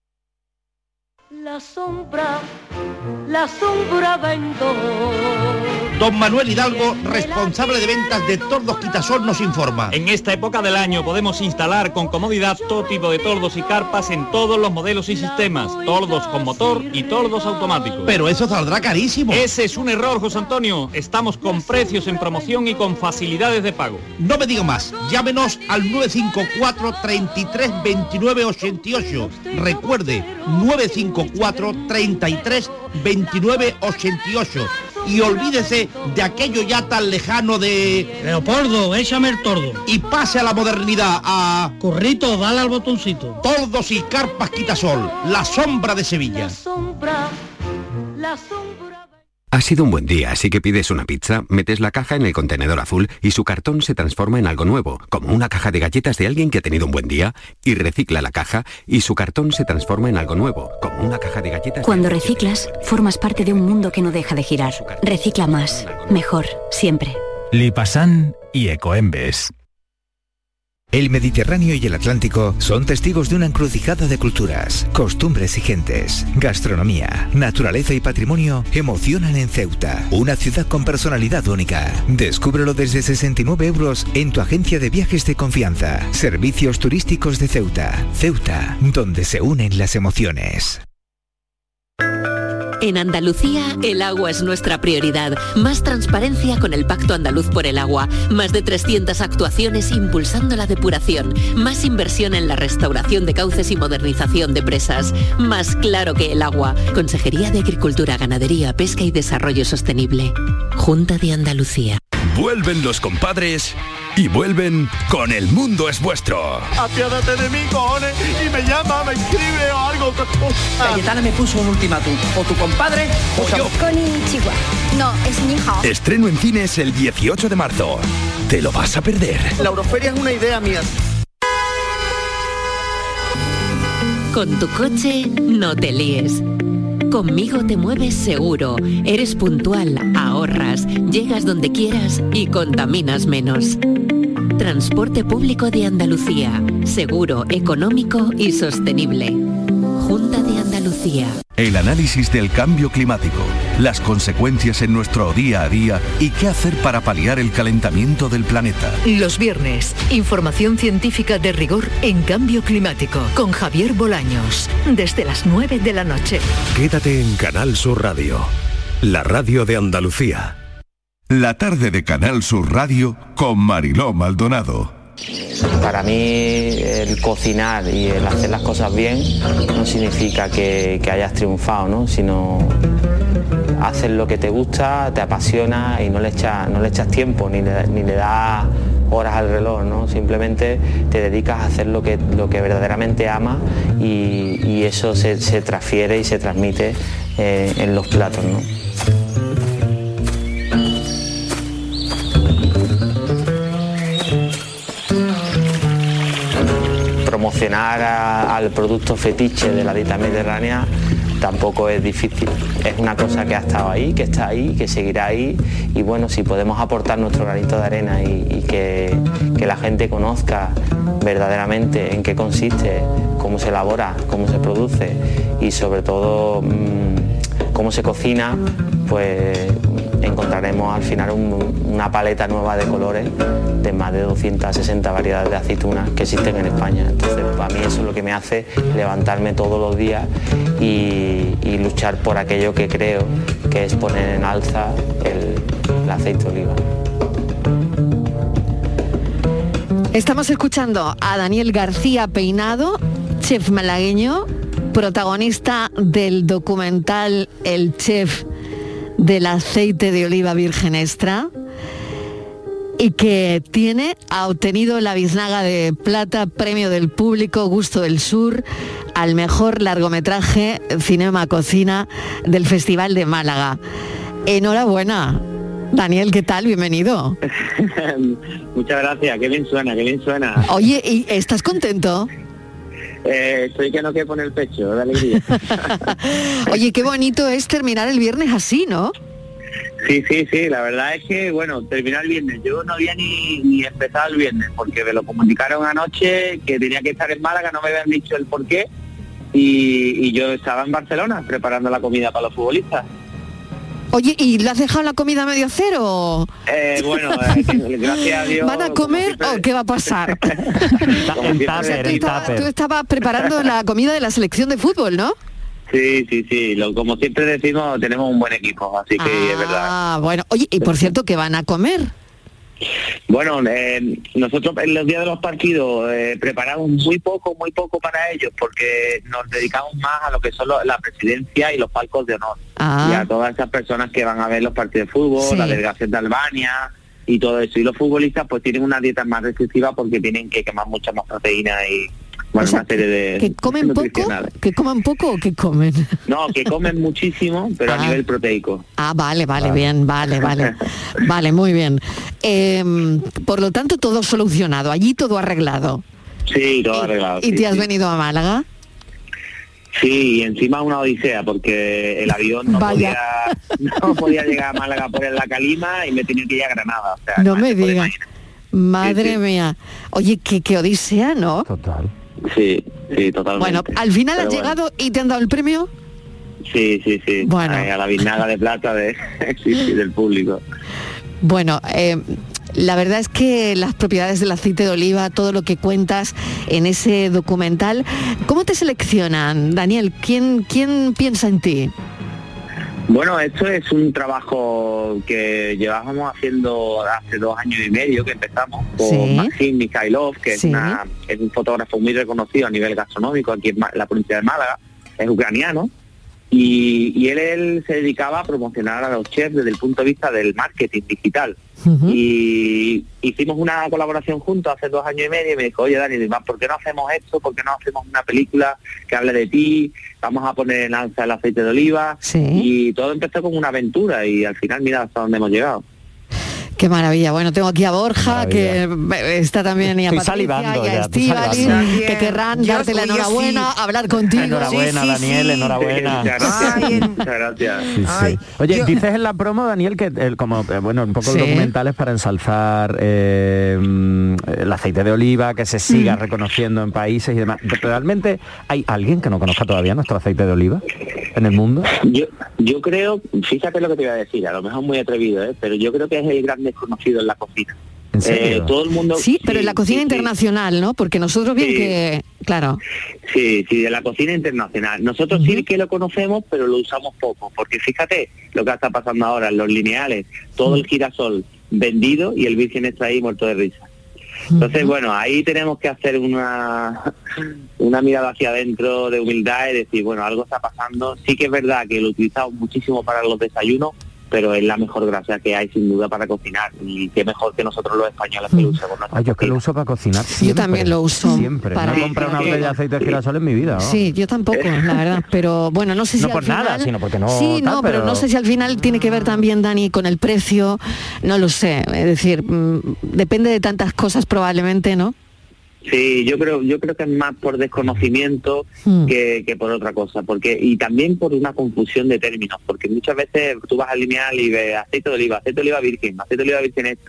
La sombra, la sombra vendo. Don Manuel Hidalgo, responsable de ventas de Tordos Quitasol, nos informa. En esta época del año podemos instalar con comodidad todo tipo de tordos y carpas en todos los modelos y sistemas, tordos con motor y tordos automáticos. Pero eso saldrá carísimo. Ese es un error, José Antonio. Estamos con precios en promoción y con facilidades de pago. No me diga más, llámenos al nueve cinco cuatro, treinta y tres, veintinueve, ochenta y ocho. Recuerde, nueve cinco cuatro, treinta y tres, veintinueve, ochenta y ocho. Y olvídese de aquello ya tan lejano de... Leopoldo, échame el tordo. Y pase a la modernidad, a... Corrito, dale al botoncito. Tordos y carpas Quitasol, la sombra de Sevilla. La sombra, la sombra. Ha sido un buen día, así que pides una pizza, metes la caja en el contenedor azul y su cartón se transforma en algo nuevo, como una caja de galletas de alguien que ha tenido un buen día, y recicla la caja y su cartón se transforma en algo nuevo, como una caja de galletas... Cuando reciclas, formas parte de un mundo que no deja de girar. Recicla más, mejor, siempre. Lipasan y Ecoembes. El Mediterráneo y el Atlántico son testigos de una encrucijada de culturas, costumbres y gentes. Gastronomía, naturaleza y patrimonio emocionan en Ceuta, una ciudad con personalidad única. Descúbrelo desde sesenta y nueve euros en tu agencia de viajes de confianza. Servicios turísticos de Ceuta. Ceuta, donde se unen las emociones. En Andalucía, el agua es nuestra prioridad. Más transparencia con el Pacto Andaluz por el Agua. Más de trescientas actuaciones impulsando la depuración. Más inversión en la restauración de cauces y modernización de presas. Más claro que el agua. Consejería de Agricultura, Ganadería, Pesca y Desarrollo Sostenible. Junta de Andalucía. Vuelven los compadres y vuelven con El Mundo es Vuestro. Apiádate de mí, cojones, y me llama, me escribe o algo. Cayetana me puso un ultimátum. O tu compadre o yo. Konnichiwa. No, es mi hija. Estreno en cines el dieciocho de marzo. Te lo vas a perder. La Euroferia es una idea mía. Con tu coche, no te líes. Conmigo te mueves seguro, eres puntual, ahorras, llegas donde quieras y contaminas menos. Transporte público de Andalucía, seguro, económico y sostenible. Junta de Andalucía. El análisis del cambio climático, las consecuencias en nuestro día a día y qué hacer para paliar el calentamiento del planeta. Los viernes, información científica de rigor en cambio climático con Javier Bolaños, desde las nueve de la noche. Quédate en Canal Sur Radio, la radio de Andalucía. La tarde de Canal Sur Radio con Mariló Maldonado. Para mí el cocinar y el hacer las cosas bien no significa que, que hayas triunfado, ¿no? Sino hacer lo que te gusta, te apasiona y no le echas, no le echas tiempo ni le, ni le das horas al reloj, ¿no? Simplemente te dedicas a hacer lo que, lo que verdaderamente amas y, y eso se, se transfiere y se transmite eh, en los platos, ¿no? Promocionar a, al producto fetiche de la dieta mediterránea tampoco es difícil. Es una cosa que ha estado ahí, que está ahí, que seguirá ahí y bueno, si podemos aportar nuestro granito de arena y, y que, que la gente conozca verdaderamente en qué consiste, cómo se elabora, cómo se produce y sobre todo mmm, cómo se cocina, pues encontraremos al final un, una paleta nueva de colores de más de doscientas sesenta variedades de aceitunas que existen en España. Entonces, para mí eso es lo que me hace levantarme todos los días y, y luchar por aquello que creo que es poner en alza el, el aceite de oliva. Estamos escuchando a Daniel García Peinado, chef malagueño, protagonista del documental El Chef del aceite de oliva virgen extra, y que tiene, ha obtenido la biznaga de plata, premio del público Gusto del Sur, al mejor largometraje Cinema Cocina del Festival de Málaga. Enhorabuena. Daniel, ¿qué tal? Bienvenido. Muchas gracias, qué bien suena, qué bien suena. Oye, ¿y estás contento? Eh, estoy que no quepo en el pecho, de alegría. Oye, qué bonito es terminar el viernes así, ¿no? Sí, sí, sí, la verdad es que, bueno, terminar el viernes. Yo no había ni, ni empezado el viernes, porque me lo comunicaron anoche que tenía que estar en Málaga, no me habían dicho el por qué, y, y yo estaba en Barcelona preparando la comida para los futbolistas. Oye, ¿y le has dejado la comida a medio cero? Eh, bueno, eh, gracias a Dios... ¿Van a comer o qué va a pasar? El o sea, tú, estabas, tú estabas preparando la comida de la selección de fútbol, ¿no? Sí, sí, sí. Lo, como siempre decimos, tenemos un buen equipo, así que ah, es verdad. Ah, bueno. Oye, y por cierto, ¿qué van a comer? Bueno, eh, nosotros en los días de los partidos eh, preparamos muy poco, muy poco para ellos, porque nos dedicamos más a lo que son lo, la presidencia y los palcos de honor. Ah. Y a todas esas personas que van a ver los partidos de fútbol, sí. La delegación de Albania y todo eso. Y los futbolistas pues tienen una dieta más restrictiva porque tienen que quemar mucha más proteína y... Bueno, o sea, una serie de que comen poco, que coman poco o que comen. No, que comen muchísimo, pero ah. a nivel proteico. Ah, vale, vale, vale. bien, vale, vale, vale, muy bien. Eh, por lo tanto, todo solucionado, allí todo arreglado. Sí, todo arreglado. ¿Y sí, te has sí. venido a Málaga? Sí, y encima una odisea, porque el avión no podía, no podía llegar a Málaga por la Calima y me tenía que ir a Granada. O sea, no me digas. Madre sí, sí. mía. Oye, qué, qué odisea, ¿no? Total. Sí, sí, totalmente. Bueno, al final Pero has bueno. llegado y te han dado el premio. Sí, sí, sí. Bueno. Ay, a la biznaga de plata de, sí, sí, del público. Bueno, eh, la verdad es que las propiedades del aceite de oliva, todo lo que cuentas en ese documental, ¿cómo te seleccionan, Daniel? ¿Quién, quién piensa en ti? Bueno, esto es un trabajo que llevábamos haciendo hace dos años y medio que empezamos con ¿Sí? Maxim Mikhailov, que sí. es, una, es un fotógrafo muy reconocido a nivel gastronómico aquí en la provincia de Málaga, es ucraniano, y, y él, él se dedicaba a promocionar a los chefs desde el punto de vista del marketing digital. Uh-huh. Y hicimos una colaboración juntos hace dos años y medio y me dijo, oye Dani, ¿por qué no hacemos esto? ¿Por qué no hacemos una película que hable de ti? Vamos a poner en alza el aceite de oliva. Sí. Y todo empezó como una aventura y al final mira hasta dónde hemos llegado. Qué maravilla. Bueno, tengo aquí a Borja, que está también, y a estoy Patricia, y a ya, Estíbaliz, que querrán yo, darte la enhorabuena, sí. hablar contigo. Enhorabuena, sí, sí, Daniel, sí. enhorabuena. Muchas gracias. Muchas gracias. Sí, sí. Oye, yo... dices en la promo, Daniel, que el, como bueno, un poco sí. el documental es para ensalzar eh, el aceite de oliva, que se siga mm. reconociendo en países y demás. ¿Realmente hay alguien que no conozca todavía nuestro aceite de oliva en el mundo? Yo, yo creo, fíjate lo que te voy a decir, a lo mejor muy atrevido, ¿eh? pero yo creo que es el gran desconocido en la cocina. ¿En serio? Eh, todo el mundo sí, pero sí, en la cocina sí, internacional, sí. ¿no? Porque nosotros bien sí. que, claro. Sí, sí, de la cocina internacional. Nosotros uh-huh. sí que lo conocemos, pero lo usamos poco, porque fíjate lo que está pasando ahora en los lineales, todo uh-huh. el girasol vendido y el virgen está ahí muerto de risa. Entonces, uh-huh. bueno, ahí tenemos que hacer una una mirada hacia adentro de humildad y decir, bueno, algo está pasando. Sí que es verdad que lo utilizamos muchísimo para los desayunos, pero es la mejor grasa que hay sin duda para cocinar y qué mejor que nosotros los españoles que lo usamos. Ah, yo es que lo uso para cocinar siempre. Yo también lo uso. Siempre. Para... No he comprado una botella de aceite de girasol en mi vida, ¿no? Sí, yo tampoco, la verdad. Pero bueno, no sé si no al por final... nada, sino porque no... Sí, tal, no, pero... pero no sé si al final tiene que ver también, Dani, con el precio. No lo sé. Es decir, mmm, depende de tantas cosas probablemente, ¿no? Sí, yo creo yo creo que es más por desconocimiento mm. que, que por otra cosa, porque y también por una confusión de términos, porque muchas veces tú vas al lineal y ves aceite de oliva, aceite de oliva virgen, aceite de oliva virgen extra,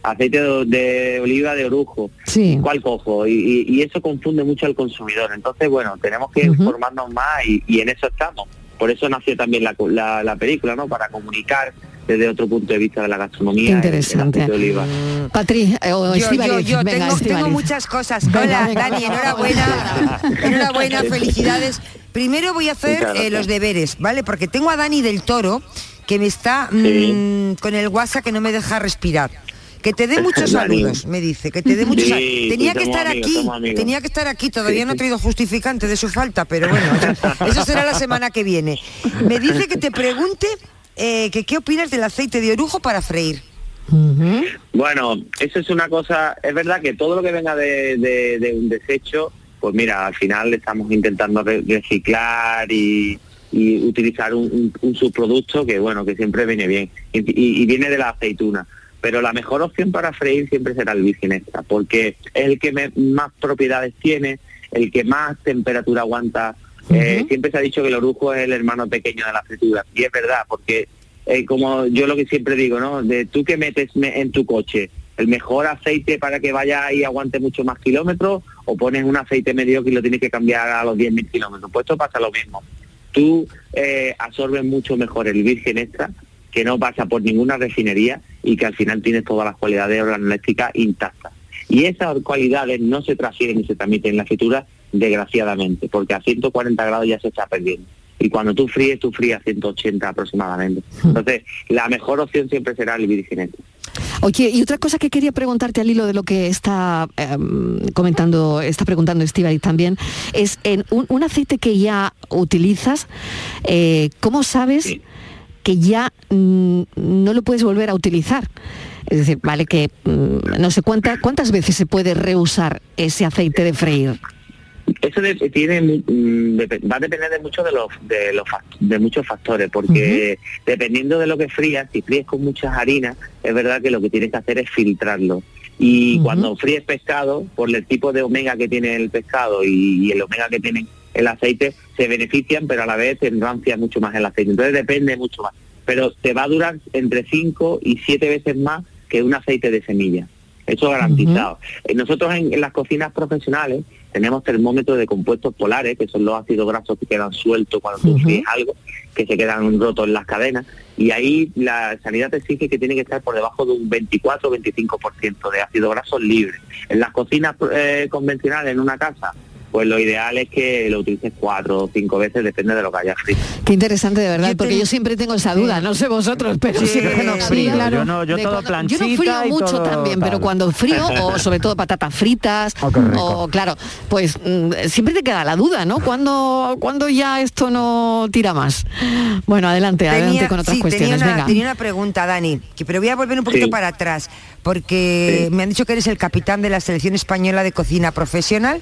aceite de, de oliva de orujo, sí. ¿cuál cojo? Y, y, y eso confunde mucho al consumidor. Entonces, bueno, tenemos que uh-huh. informarnos más y, y en eso estamos. Por eso nació también la, la, la película, ¿no? Para comunicar desde otro punto de vista de la gastronomía. Qué interesante. El, el de oliva. Patri, eh, o yo, yo, yo venga, tengo, tengo muchas cosas. Hola, venga, venga, Dani, enhorabuena. Enhorabuena, felicidades. Primero voy a hacer eh, los deberes, ¿vale? Porque tengo a Dani del Toro, que me está sí. mmm, con el WhatsApp que no me deja respirar. Que te dé muchos saludos, me dice, que te dé muchos saludos. Sí, tenía sí, que estar amigos, aquí, tenía que estar aquí, todavía sí, no he traído justificante de su falta, pero bueno, eso, eso será la semana que viene. Me dice que te pregunte eh, que qué opinas del aceite de orujo para freír. Uh-huh. Bueno, eso es una cosa, es verdad que todo lo que venga de, de, de un desecho, pues mira, al final estamos intentando re- reciclar y... y utilizar un, un, un subproducto que bueno que siempre viene bien y, y, y viene de la aceituna, pero la mejor opción para freír siempre será el virgen extra, porque es el que me, más propiedades tiene, el que más temperatura aguanta. Uh-huh. Eh, siempre se ha dicho que el orujo es el hermano pequeño de la fritura, y es verdad, porque eh, como yo lo que siempre digo, ¿no? De tú que metes en tu coche el mejor aceite para que vaya y aguante mucho más kilómetros, o pones un aceite mediocre y lo tienes que cambiar a los diez mil kilómetros, pues esto pasa lo mismo. Tú eh, absorbes mucho mejor el virgen extra, que no pasa por ninguna refinería y que al final tienes todas las cualidades organolépticas intactas. Y esas cualidades no se transfieren y se transmiten en la fritura, desgraciadamente, porque a ciento cuarenta grados ya se está perdiendo. Y cuando tú fríes, tú fríes a ciento ochenta aproximadamente. Entonces, la mejor opción siempre será el virgen extra. Oye, y otra cosa que quería preguntarte al hilo de lo que está eh, comentando, está preguntando Estíbaliz también, es en un, un aceite que ya utilizas, eh, ¿cómo sabes sí. que ya mm, no lo puedes volver a utilizar? Es decir, vale que mm, no sé cuántas cuántas veces se puede reusar ese aceite de freír. Eso de, tiene de, va a depender de mucho de los de los de muchos factores, porque uh-huh. dependiendo de lo que frías, si fríes con muchas harinas, es verdad que lo que tienes que hacer es filtrarlo. Y uh-huh. cuando fríes pescado, por el tipo de omega que tiene el pescado y, y el omega que tiene el aceite, se benefician, pero a la vez te enrancia mucho más el aceite. Entonces depende mucho más. Pero te va a durar entre cinco y siete veces más que un aceite de semilla. Eso garantizado. Uh-huh. Nosotros en, en las cocinas profesionales tenemos termómetros de compuestos polares, que son los ácidos grasos que quedan sueltos cuando tú fríes uh-huh. algo, que se quedan rotos en las cadenas, y ahí la sanidad te exige que tiene que estar por debajo de un veinticuatro o veinticinco por ciento de ácidos grasos libres. En las cocinas eh, convencionales, en una casa, pues lo ideal es que lo utilices cuatro o cinco veces, depende de lo que hayas frito. Qué interesante, de verdad, yo porque te... yo siempre tengo esa duda, no sé vosotros, pero sí, siempre no frío. Sí, claro. Yo no, yo todo planchita. Yo no frío mucho todo también, tal. Pero cuando frío, o sobre todo patatas fritas, oh, o claro, pues mm, siempre te queda la duda, ¿no? ¿Cuándo, ¿Cuándo ya esto no tira más? Bueno, adelante, tenía, adelante con otras sí, cuestiones, tenía una, venga. Tenía una pregunta, Dani, que, pero voy a volver un poquito sí. para atrás, porque sí. me han dicho que eres el capitán de la selección española de cocina profesional.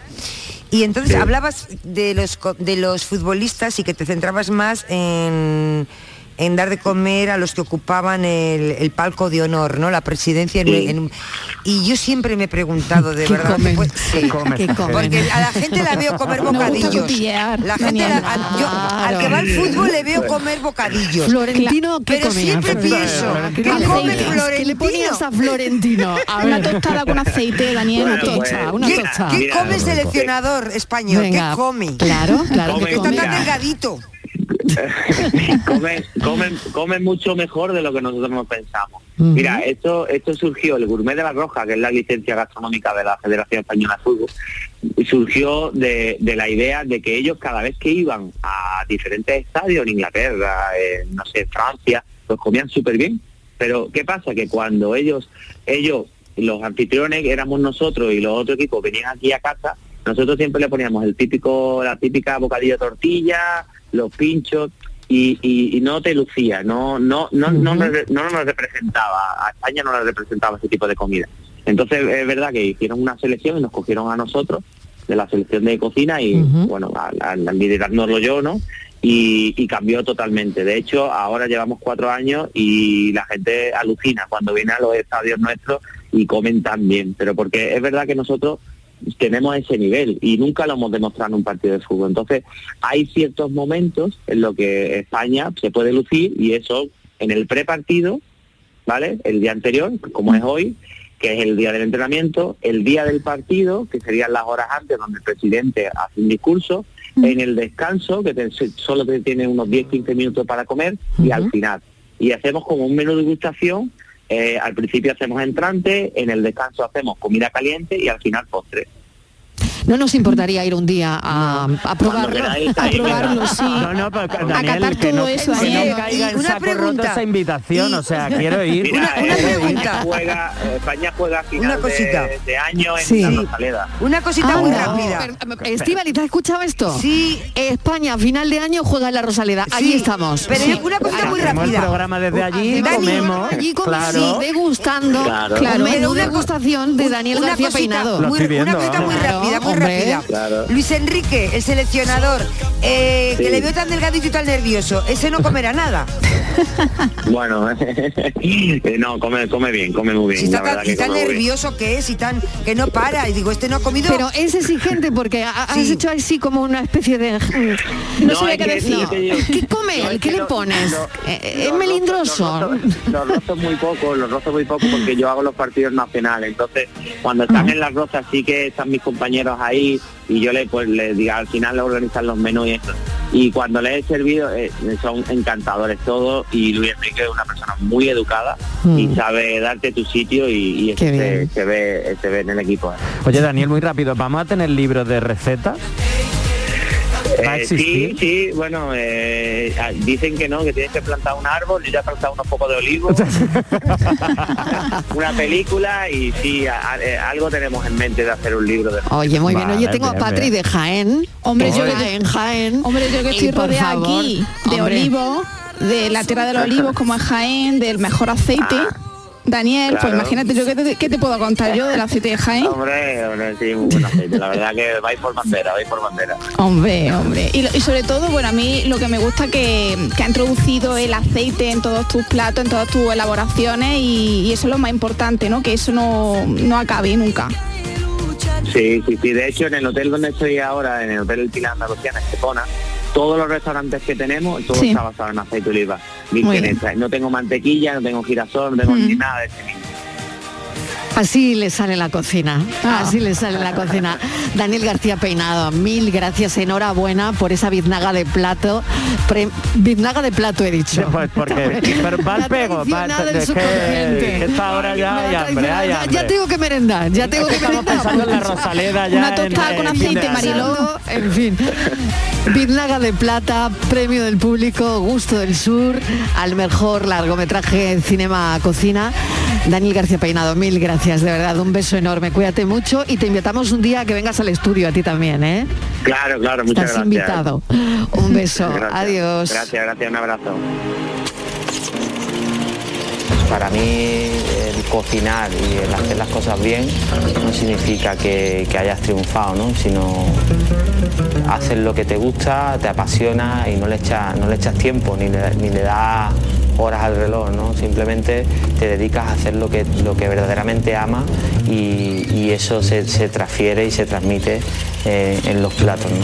Y entonces sí. hablabas de los de los futbolistas y que te centrabas más en, en dar de comer a los que ocupaban el, el palco de honor, ¿no? La presidencia. Sí. En, en, y yo siempre me he preguntado, de ¿Qué verdad, comen? Pues, sí, ¿Qué comen? Porque a la gente la veo comer bocadillos. La gente la, a, yo, al que va al fútbol le veo comer bocadillos. Florentino, ¿qué Pero comía? siempre pienso, ¿qué come Florentino? ¿Qué le ponías a Florentino? A una tostada con aceite, Daniel, bueno, una tocha, una ¿Qué, tocha. ¿Qué come el seleccionador español? Venga, ¿qué come? Claro, claro. Que está tan delgadito. comen, comen, comen mucho mejor de lo que nosotros nos pensamos. Uh-huh. Mira, esto esto surgió, el Gourmet de la Roja, que es la licencia gastronómica de la Federación Española de Fútbol, surgió de, de la idea de que ellos cada vez que iban a diferentes estadios en Inglaterra, en, no sé, Francia, pues comían súper bien. Pero ¿qué pasa? Que cuando ellos, ellos, los anfitriones, éramos nosotros y los otros equipos venían aquí a casa, nosotros siempre le poníamos el típico, la típica bocadillo de tortilla, los pinchos, y, y, y no te lucía, no no no, uh-huh. no, nos, no nos representaba, a España no nos representaba ese tipo de comida. Entonces es verdad que hicieron una selección y nos cogieron a nosotros, de la selección de cocina, y uh-huh. bueno, al, al, al liderárnoslo yo, ¿no? Y, y cambió totalmente. De hecho, ahora llevamos cuatro años y la gente alucina cuando viene a los estadios nuestros y comen tan bien, pero porque es verdad que nosotros tenemos ese nivel y nunca lo hemos demostrado en un partido de fútbol. Entonces hay ciertos momentos en los que España se puede lucir, y eso en el prepartido, ¿vale? El día anterior, como es hoy, que es el día del entrenamiento, el día del partido, que serían las horas antes donde el presidente hace un discurso, mm. en el descanso, que te, solo te tiene unos diez a quince minutos para comer, mm-hmm. y al final. Y hacemos como un menú de degustación, eh, al principio hacemos entrante, en el descanso hacemos comida caliente y al final postre. No nos importaría ir un día a, a probarlo, queráis, a probarlo, sí. No, no, pero, Daniel, acatar que todo no, eso. que Sí. no caiga en Una saco pregunta. roto esa invitación, Y- o sea, quiero ir. Mira, Una- una eh, pregunta. España juega, eh, España juega a final Una cosita. de, de año en Sí. la Rosaleda. Una cosita Ah, muy no. rápida. Estíbaliz, ¿te has escuchado esto? Sí. España, a final de año, juega en la Rosaleda. Allí Sí, estamos. pero Sí. una cosita muy Hacemos el rápida. programa desde allí, Dani, comemos, Allí comemos, claro. sí, degustando. Claro. Claro, Pero menú una co- degustación de un- Daniel una García cosita Peinado. Lo muy- estoy una viendo. cosita muy Claro, rápida, muy hombre. rápida. Claro. Luis Enrique, el seleccionador, eh, Sí. que le veo tan delgadito y tan nervioso, ese no comerá nada. Bueno, eh, no, come, come bien, come muy bien. Si está la verdad tan, que y tan come muy bien. nervioso que es y tan que no para. Y digo, este no ha comido. Pero es exigente porque ha- has Sí. hecho así como una especie de... No, No, sabía es qué que- decir. no, te digo- ¿Qué come no, él? es ¿Qué que le lo- pones? lo- Eh, ¿Es Los melindroso? rozos- Los, rozos- los rozos muy poco, los rozos muy poco porque yo hago los partidos nacionales. Entonces, cuando están en las rozas sí que están mis compañeros ahí y yo le pues le diga al final le organizan los menús y eso. Y cuando les he servido eh, son encantadores todos y Luis Enrique es una persona muy educada Mm. y sabe darte tu sitio y, y eso Qué se, bien. se ve se ve en el equipo. Oye, Daniel, muy rápido, ¿vamos a tener libros de recetas? ¿Va a Eh, sí, existir? sí, bueno, eh, ah, dicen que no, que tienes que plantar un árbol, yo ya he plantado unos pocos de olivo, una película y sí, a- a- eh, algo tenemos en mente de hacer un libro de... Oye, muy bien. Oye, Vale, tengo a bien, Patri bien. de Jaén. Hombre, yo que- Jaén, Jaén. Hombre, yo que Y estoy por rodeada favor, aquí de hombre. olivos, de la tierra de los olivos como en Jaén, del mejor aceite. Daniel, pues claro. imagínate yo qué te, qué te puedo contar yo del aceite de Jaén. Hombre, hombre, sí, muy buen aceite, la verdad que vais por bandera, vais por bandera. Hombre, hombre. Y, lo- y sobre todo, bueno, a mí lo que me gusta que, que ha introducido el aceite en todos tus platos, en todas tus elaboraciones y, y eso es lo más importante, ¿no? Que eso no, no acabe nunca. Sí, sí, sí, de hecho en el hotel donde estoy ahora, en el Hotel El Pilar Andalucía, en Estepona, todos los restaurantes que tenemos, todo Sí. está basado en aceite de oliva. Muy Virgen bien. extra. No tengo mantequilla, no tengo girasol, no tengo Mm. ni nada de ese mismo. Así le sale la cocina, Ah. así le sale la cocina. Daniel García Peinado, mil gracias, enhorabuena por esa biznaga de plato. Pre- biznaga de plato he dicho. Pues porque pero va al La pego, va, tradicional del es que, subconsciente. que esta hora ya hay La hambre, hay tradicional, hambre. ya, ya tengo que merendar, ya tengo que Estamos merendar. pensando en la Rosaleda ya. Una tostada en- con en fin de aceite, año. Mariló. En fin. Biznaga de plata, premio del público, Gusto del Sur, al mejor largometraje Cinema Cocina. Daniel García Peinado, mil gracias, de verdad, un beso enorme, cuídate mucho y te invitamos un día a que vengas al estudio a ti también, ¿eh? Claro, claro, muchas Estás gracias. invitado. Un beso, Gracias. adiós. Gracias, gracias, un abrazo. Para mí el cocinar y el hacer las cosas bien no significa que, que hayas triunfado, ¿no? Sino hacer lo que te gusta, te apasiona y no le echas, no le echas tiempo ni le, ni le das horas al reloj, ¿no? Simplemente te dedicas a hacer lo que, lo que verdaderamente amas y, y eso se, se transfiere y se transmite eh, en los platos, ¿no?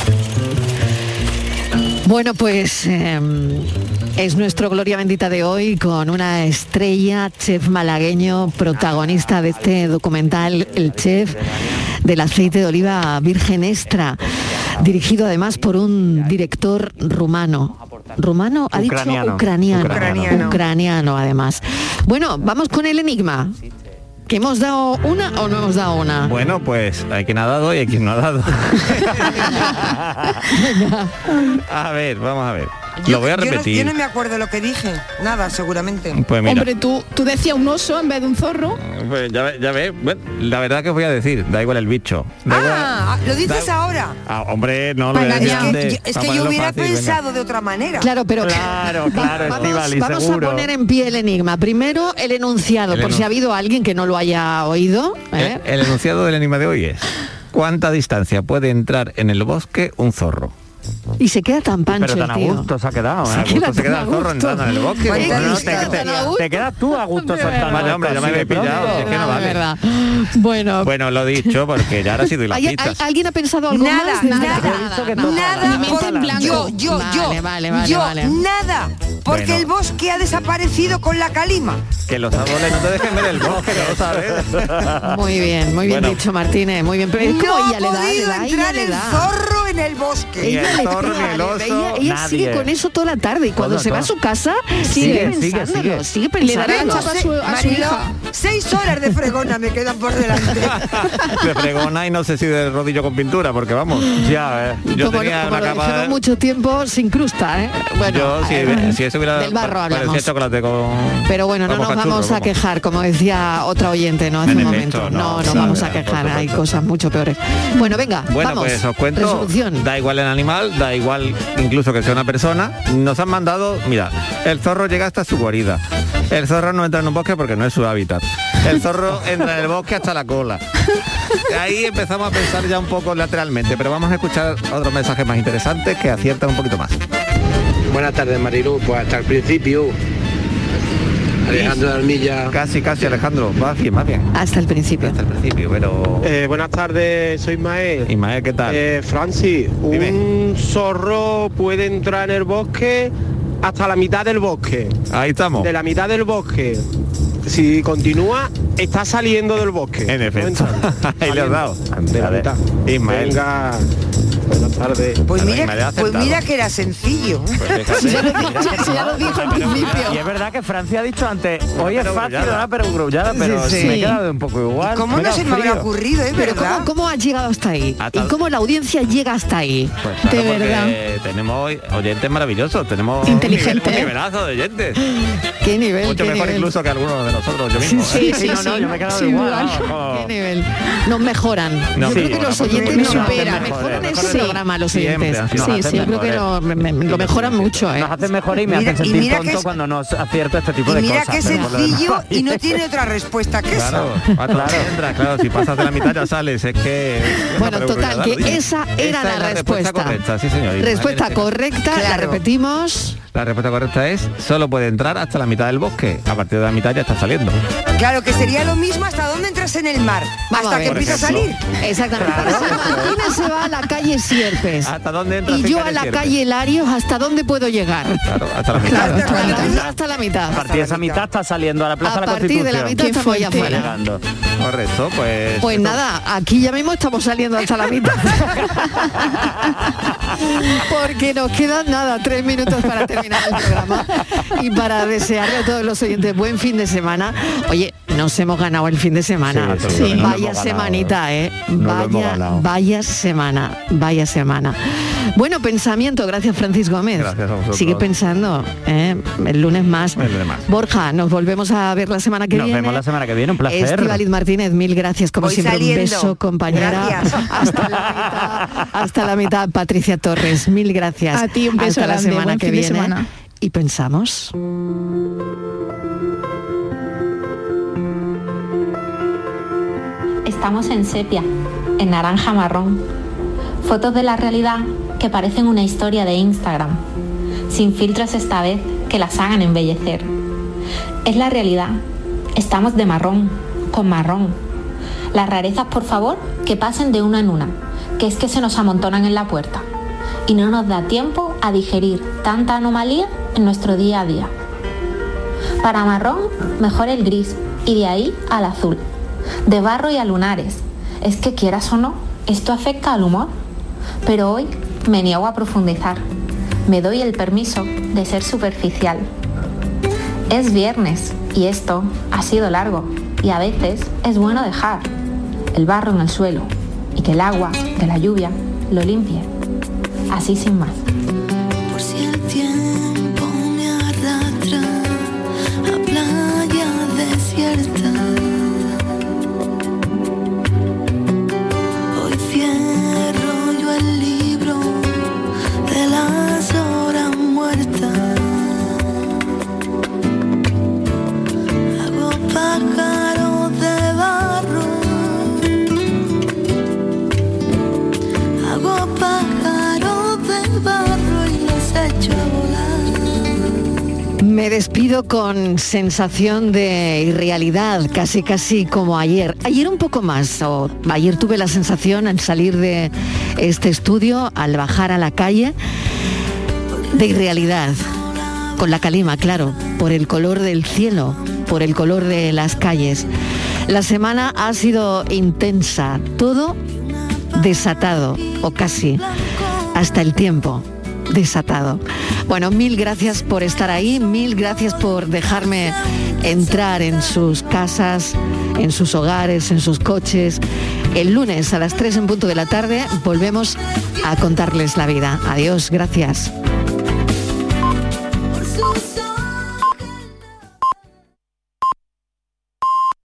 Bueno, pues eh, es nuestro Gloria Bendita de hoy con una estrella, chef malagueño, protagonista de este documental, el chef del aceite de oliva virgen extra, dirigido además por un director rumano. ¿Rumano? Ha Ucraniano. dicho ucraniano. Ucraniano. Ucraniano, además. Bueno, vamos con el enigma. ¿Que hemos dado una o no hemos dado una? Bueno, pues hay quien ha dado y hay quien no ha dado. A ver, vamos a ver. Lo voy a Yo no- repetir. Yo no, me acuerdo lo que dije. Nada, seguramente. Pues mira. Hombre, tú, tú decías un oso en vez de un zorro. Pues ya ve, ya ve. Bueno, la verdad que os voy a decir, da igual el bicho. Da Ah, igual- lo dices da- ahora. Ah, hombre, no lo Para decía engañar. antes, Es que, es para que yo ponerlo hubiera fácil, venga. pensado de otra manera. Claro, pero Claro, claro, vamos, Estíbaliz, vamos a seguro. poner en pie el enigma. Primero el enunciado, El por si enun- ha habido alguien que no lo haya oído. ¿eh? El, el enunciado del enigma de hoy es: ¿cuánta distancia puede entrar en el bosque un zorro? Y se queda tan pancho. Pero tan el tío. a gusto se ha quedado. Se ¿eh? queda Se queda el zorro entrando en el bosque. Bueno, Bueno, no, te- te, te- te- te quedas tú a gusto soltando. Vale, hombre, esto ya me así habéis de pillado, pronto. si es que no vale. verdad. Bueno, Bueno, lo he dicho porque ya ahora sí doy las ¿Hay- hay- pistas. ¿alguien ha pensado algo Nada, más? nada, nada, mente por- en blanco. yo, yo, Vale, yo, vale, vale, yo, vale. nada, porque Bueno. el bosque ha desaparecido con la calima. Que los árboles no te dejen ver el bosque, no lo sabes. Muy bien, muy bien Bueno. dicho, Martínez, muy bien. Pero es como No ella ha le da, le podido da, ella entrar le el da. zorro en el bosque. Ni el Ella le zorro, pega, ni el le- oso, ella, ella nadie. sigue con eso toda la tarde y cuando Todo, se va a todo. su casa sigue, Sigue, sigue, pensándolo, sigue, sigue. Le dará pensándolo. chapa a su, a su Mariló, hija. seis horas de fregona me quedan por delante. De fregona y no sé si de rodillo con pintura, porque vamos. Ya, eh. Yo como tenía como una lo capa dejemos mucho tiempo sin crusta, ¿eh? Bueno, yo si, eh, si eso hubiera del barro parecía hablamos. chocolate con Pero bueno, no con nos cachurro, vamos a vamos. quejar, como decía otra oyente, ¿no? Hace En un efecto, momento. No, no, nos sí, vamos a por quejar, hay supuesto. cosas mucho peores. Bueno, venga, Bueno, vamos. pues os cuento, Resolución. da igual el animal, da igual incluso que sea una persona. Nos han mandado, mira, el zorro llega hasta su guarida. El zorro no entra en un bosque porque no es su hábitat. El zorro entra en el bosque hasta la cola. Ahí empezamos a pensar ya un poco lateralmente, pero vamos a escuchar otros mensajes más interesantes que aciertan un poquito más. Buenas tardes, Marilú. Pues hasta el principio, Alejandro de Armilla. Casi, casi, Alejandro. Más bien, más bien. Hasta el principio. Hasta el principio, pero... Eh, buenas tardes, soy Ismael. Ismael, ¿qué tal? Eh, Francis, Dime. un zorro puede entrar en el bosque hasta la mitad del bosque. Ahí estamos. De la mitad del bosque. Si continúa, está saliendo del bosque. En efecto. Ahí le has dado. De la A ver, mitad. Ismael. Venga, buenas tardes. Pues Bueno, mira, Ismael ha pues acertado. mira que era sencillo. Pues fíjate. Si ya lo, di- si ya lo dijo al principio. Y es verdad que Francia ha dicho antes, hoy es pero fácil, grullada. ahora pero grullada, pero Sí, sí. me he quedado un poco igual. ¿Cómo Me he no quedado se me habrá frío. ocurrido, es Pero verdad? ¿cómo, ¿cómo has llegado hasta ahí? Hasta- ¿Y cómo la audiencia llega hasta ahí? Pues claro, de porque verdad. tenemos oyentes maravillosos, tenemos Inteligente, un ¿eh? nivelazo de oyentes. ¿Qué nivel? Mucho qué mejor nivel? incluso que algunos de nosotros, yo mismo. Sí, ¿eh? sí, no, no, sí, yo me he quedado sin igual. duda. vamos, como- ¿Qué nivel? Nos mejoran. Nos yo creo que mejoran, los por oyentes supuesto. nos Supera. mejoran el Sí. programa, los Siempre oyentes. han sido Sí, mejores. sí, yo creo que lo, me- me- lo mejoran mucho, ¿eh? Nos hacen mejor y me Mira- hacen y sentir mira que tonto es- cuando nos acierto este tipo Y de mira cosas. qué pero por lo sencillo demás- y no tiene otra respuesta que Claro, esa. hasta donde entras, claro, si pasas de la mitad ya sales, es que... Bueno, Pero total, grullada, que lo dice. esa era Esa la es respuesta. correcta, sí señor. Respuesta En este caso. correcta, la Claro. repetimos. La respuesta correcta es, solo puede entrar hasta la mitad del bosque. A partir de la mitad ya está saliendo. Claro que sería lo mismo hasta dónde entras en el mar. Vamos hasta a que ver. empieza a Por salir. Exactamente. Martínez se va a la calle Sierpes. ¿Hasta dónde entras? Y en yo a calle la Sierpe? calle Larios, ¿hasta dónde puedo llegar? Claro, hasta la mitad. Claro, Hasta la mitad. mitad. Hasta la mitad. A partir de esa mitad está saliendo a la Plaza A de la partir de la Constitución. mitad Qué estamos ya fuerte. fuera. Llegando. Correcto, pues... Pues esto- nada, aquí ya mismo estamos saliendo hasta la mitad. Porque nos quedan nada, tres minutos para terminar el programa y para desearle a todos los oyentes buen fin de semana. Oye, nos hemos ganado el fin de semana. Sí, sí, nos lo Vaya hemos ganado. semanita, ¿eh? Nos lo hemos Vaya, ganado. vaya semana, vaya semana. Bueno, pensamiento, gracias Francis Gómez. Gracias a vosotros. Sigue pensando, ¿eh? El lunes más. El lunes más. Borja, nos volvemos a ver la semana que Nos viene. vemos la semana que viene, un placer. Estíbaliz Martínez, mil gracias, como Voy siempre, saliendo. un beso, compañera. Gracias. Hasta la mitad, hasta la mitad, Patricia Torres, mil gracias. A ti un beso hasta la grande, semana buen que fin de viene. semana. Y pensamos. Estamos en sepia, en naranja marrón. Fotos de la realidad que parecen una historia de Instagram. Sin filtros esta vez que las hagan embellecer. Es la realidad. Estamos de marrón, con marrón. Las rarezas, por favor, que pasen de una en una, que es que se nos amontonan en la puerta. Y no nos da tiempo a digerir tanta anomalía en nuestro día a día. Para marrón, mejor el gris y de ahí al azul. De barro y a lunares. Es que quieras o no, esto afecta al humor. Pero hoy me niego a profundizar. Me doy el permiso de ser superficial. Es viernes y esto ha sido largo y a veces es bueno dejar el barro en el suelo y que el agua de la lluvia lo limpie. Así sin más. Por si el tiempo me arrastra a playa desierta, hoy cierro yo el libro de las horas muertas. Hago pájaros de barro, hago pájaros de Me despido con sensación de irrealidad, casi casi como ayer. Ayer un poco más, o ayer tuve la sensación al salir de este estudio, al bajar a la calle, de irrealidad. Con la calima, claro, por el color del cielo, por el color de las calles. La semana ha sido intensa, todo desatado, o casi, hasta el tiempo. Desatado. Bueno, mil gracias por estar ahí, mil gracias por dejarme entrar en sus casas, en sus hogares, en sus coches. El lunes a las tres en punto de la tarde volvemos a contarles la vida. Adiós, gracias.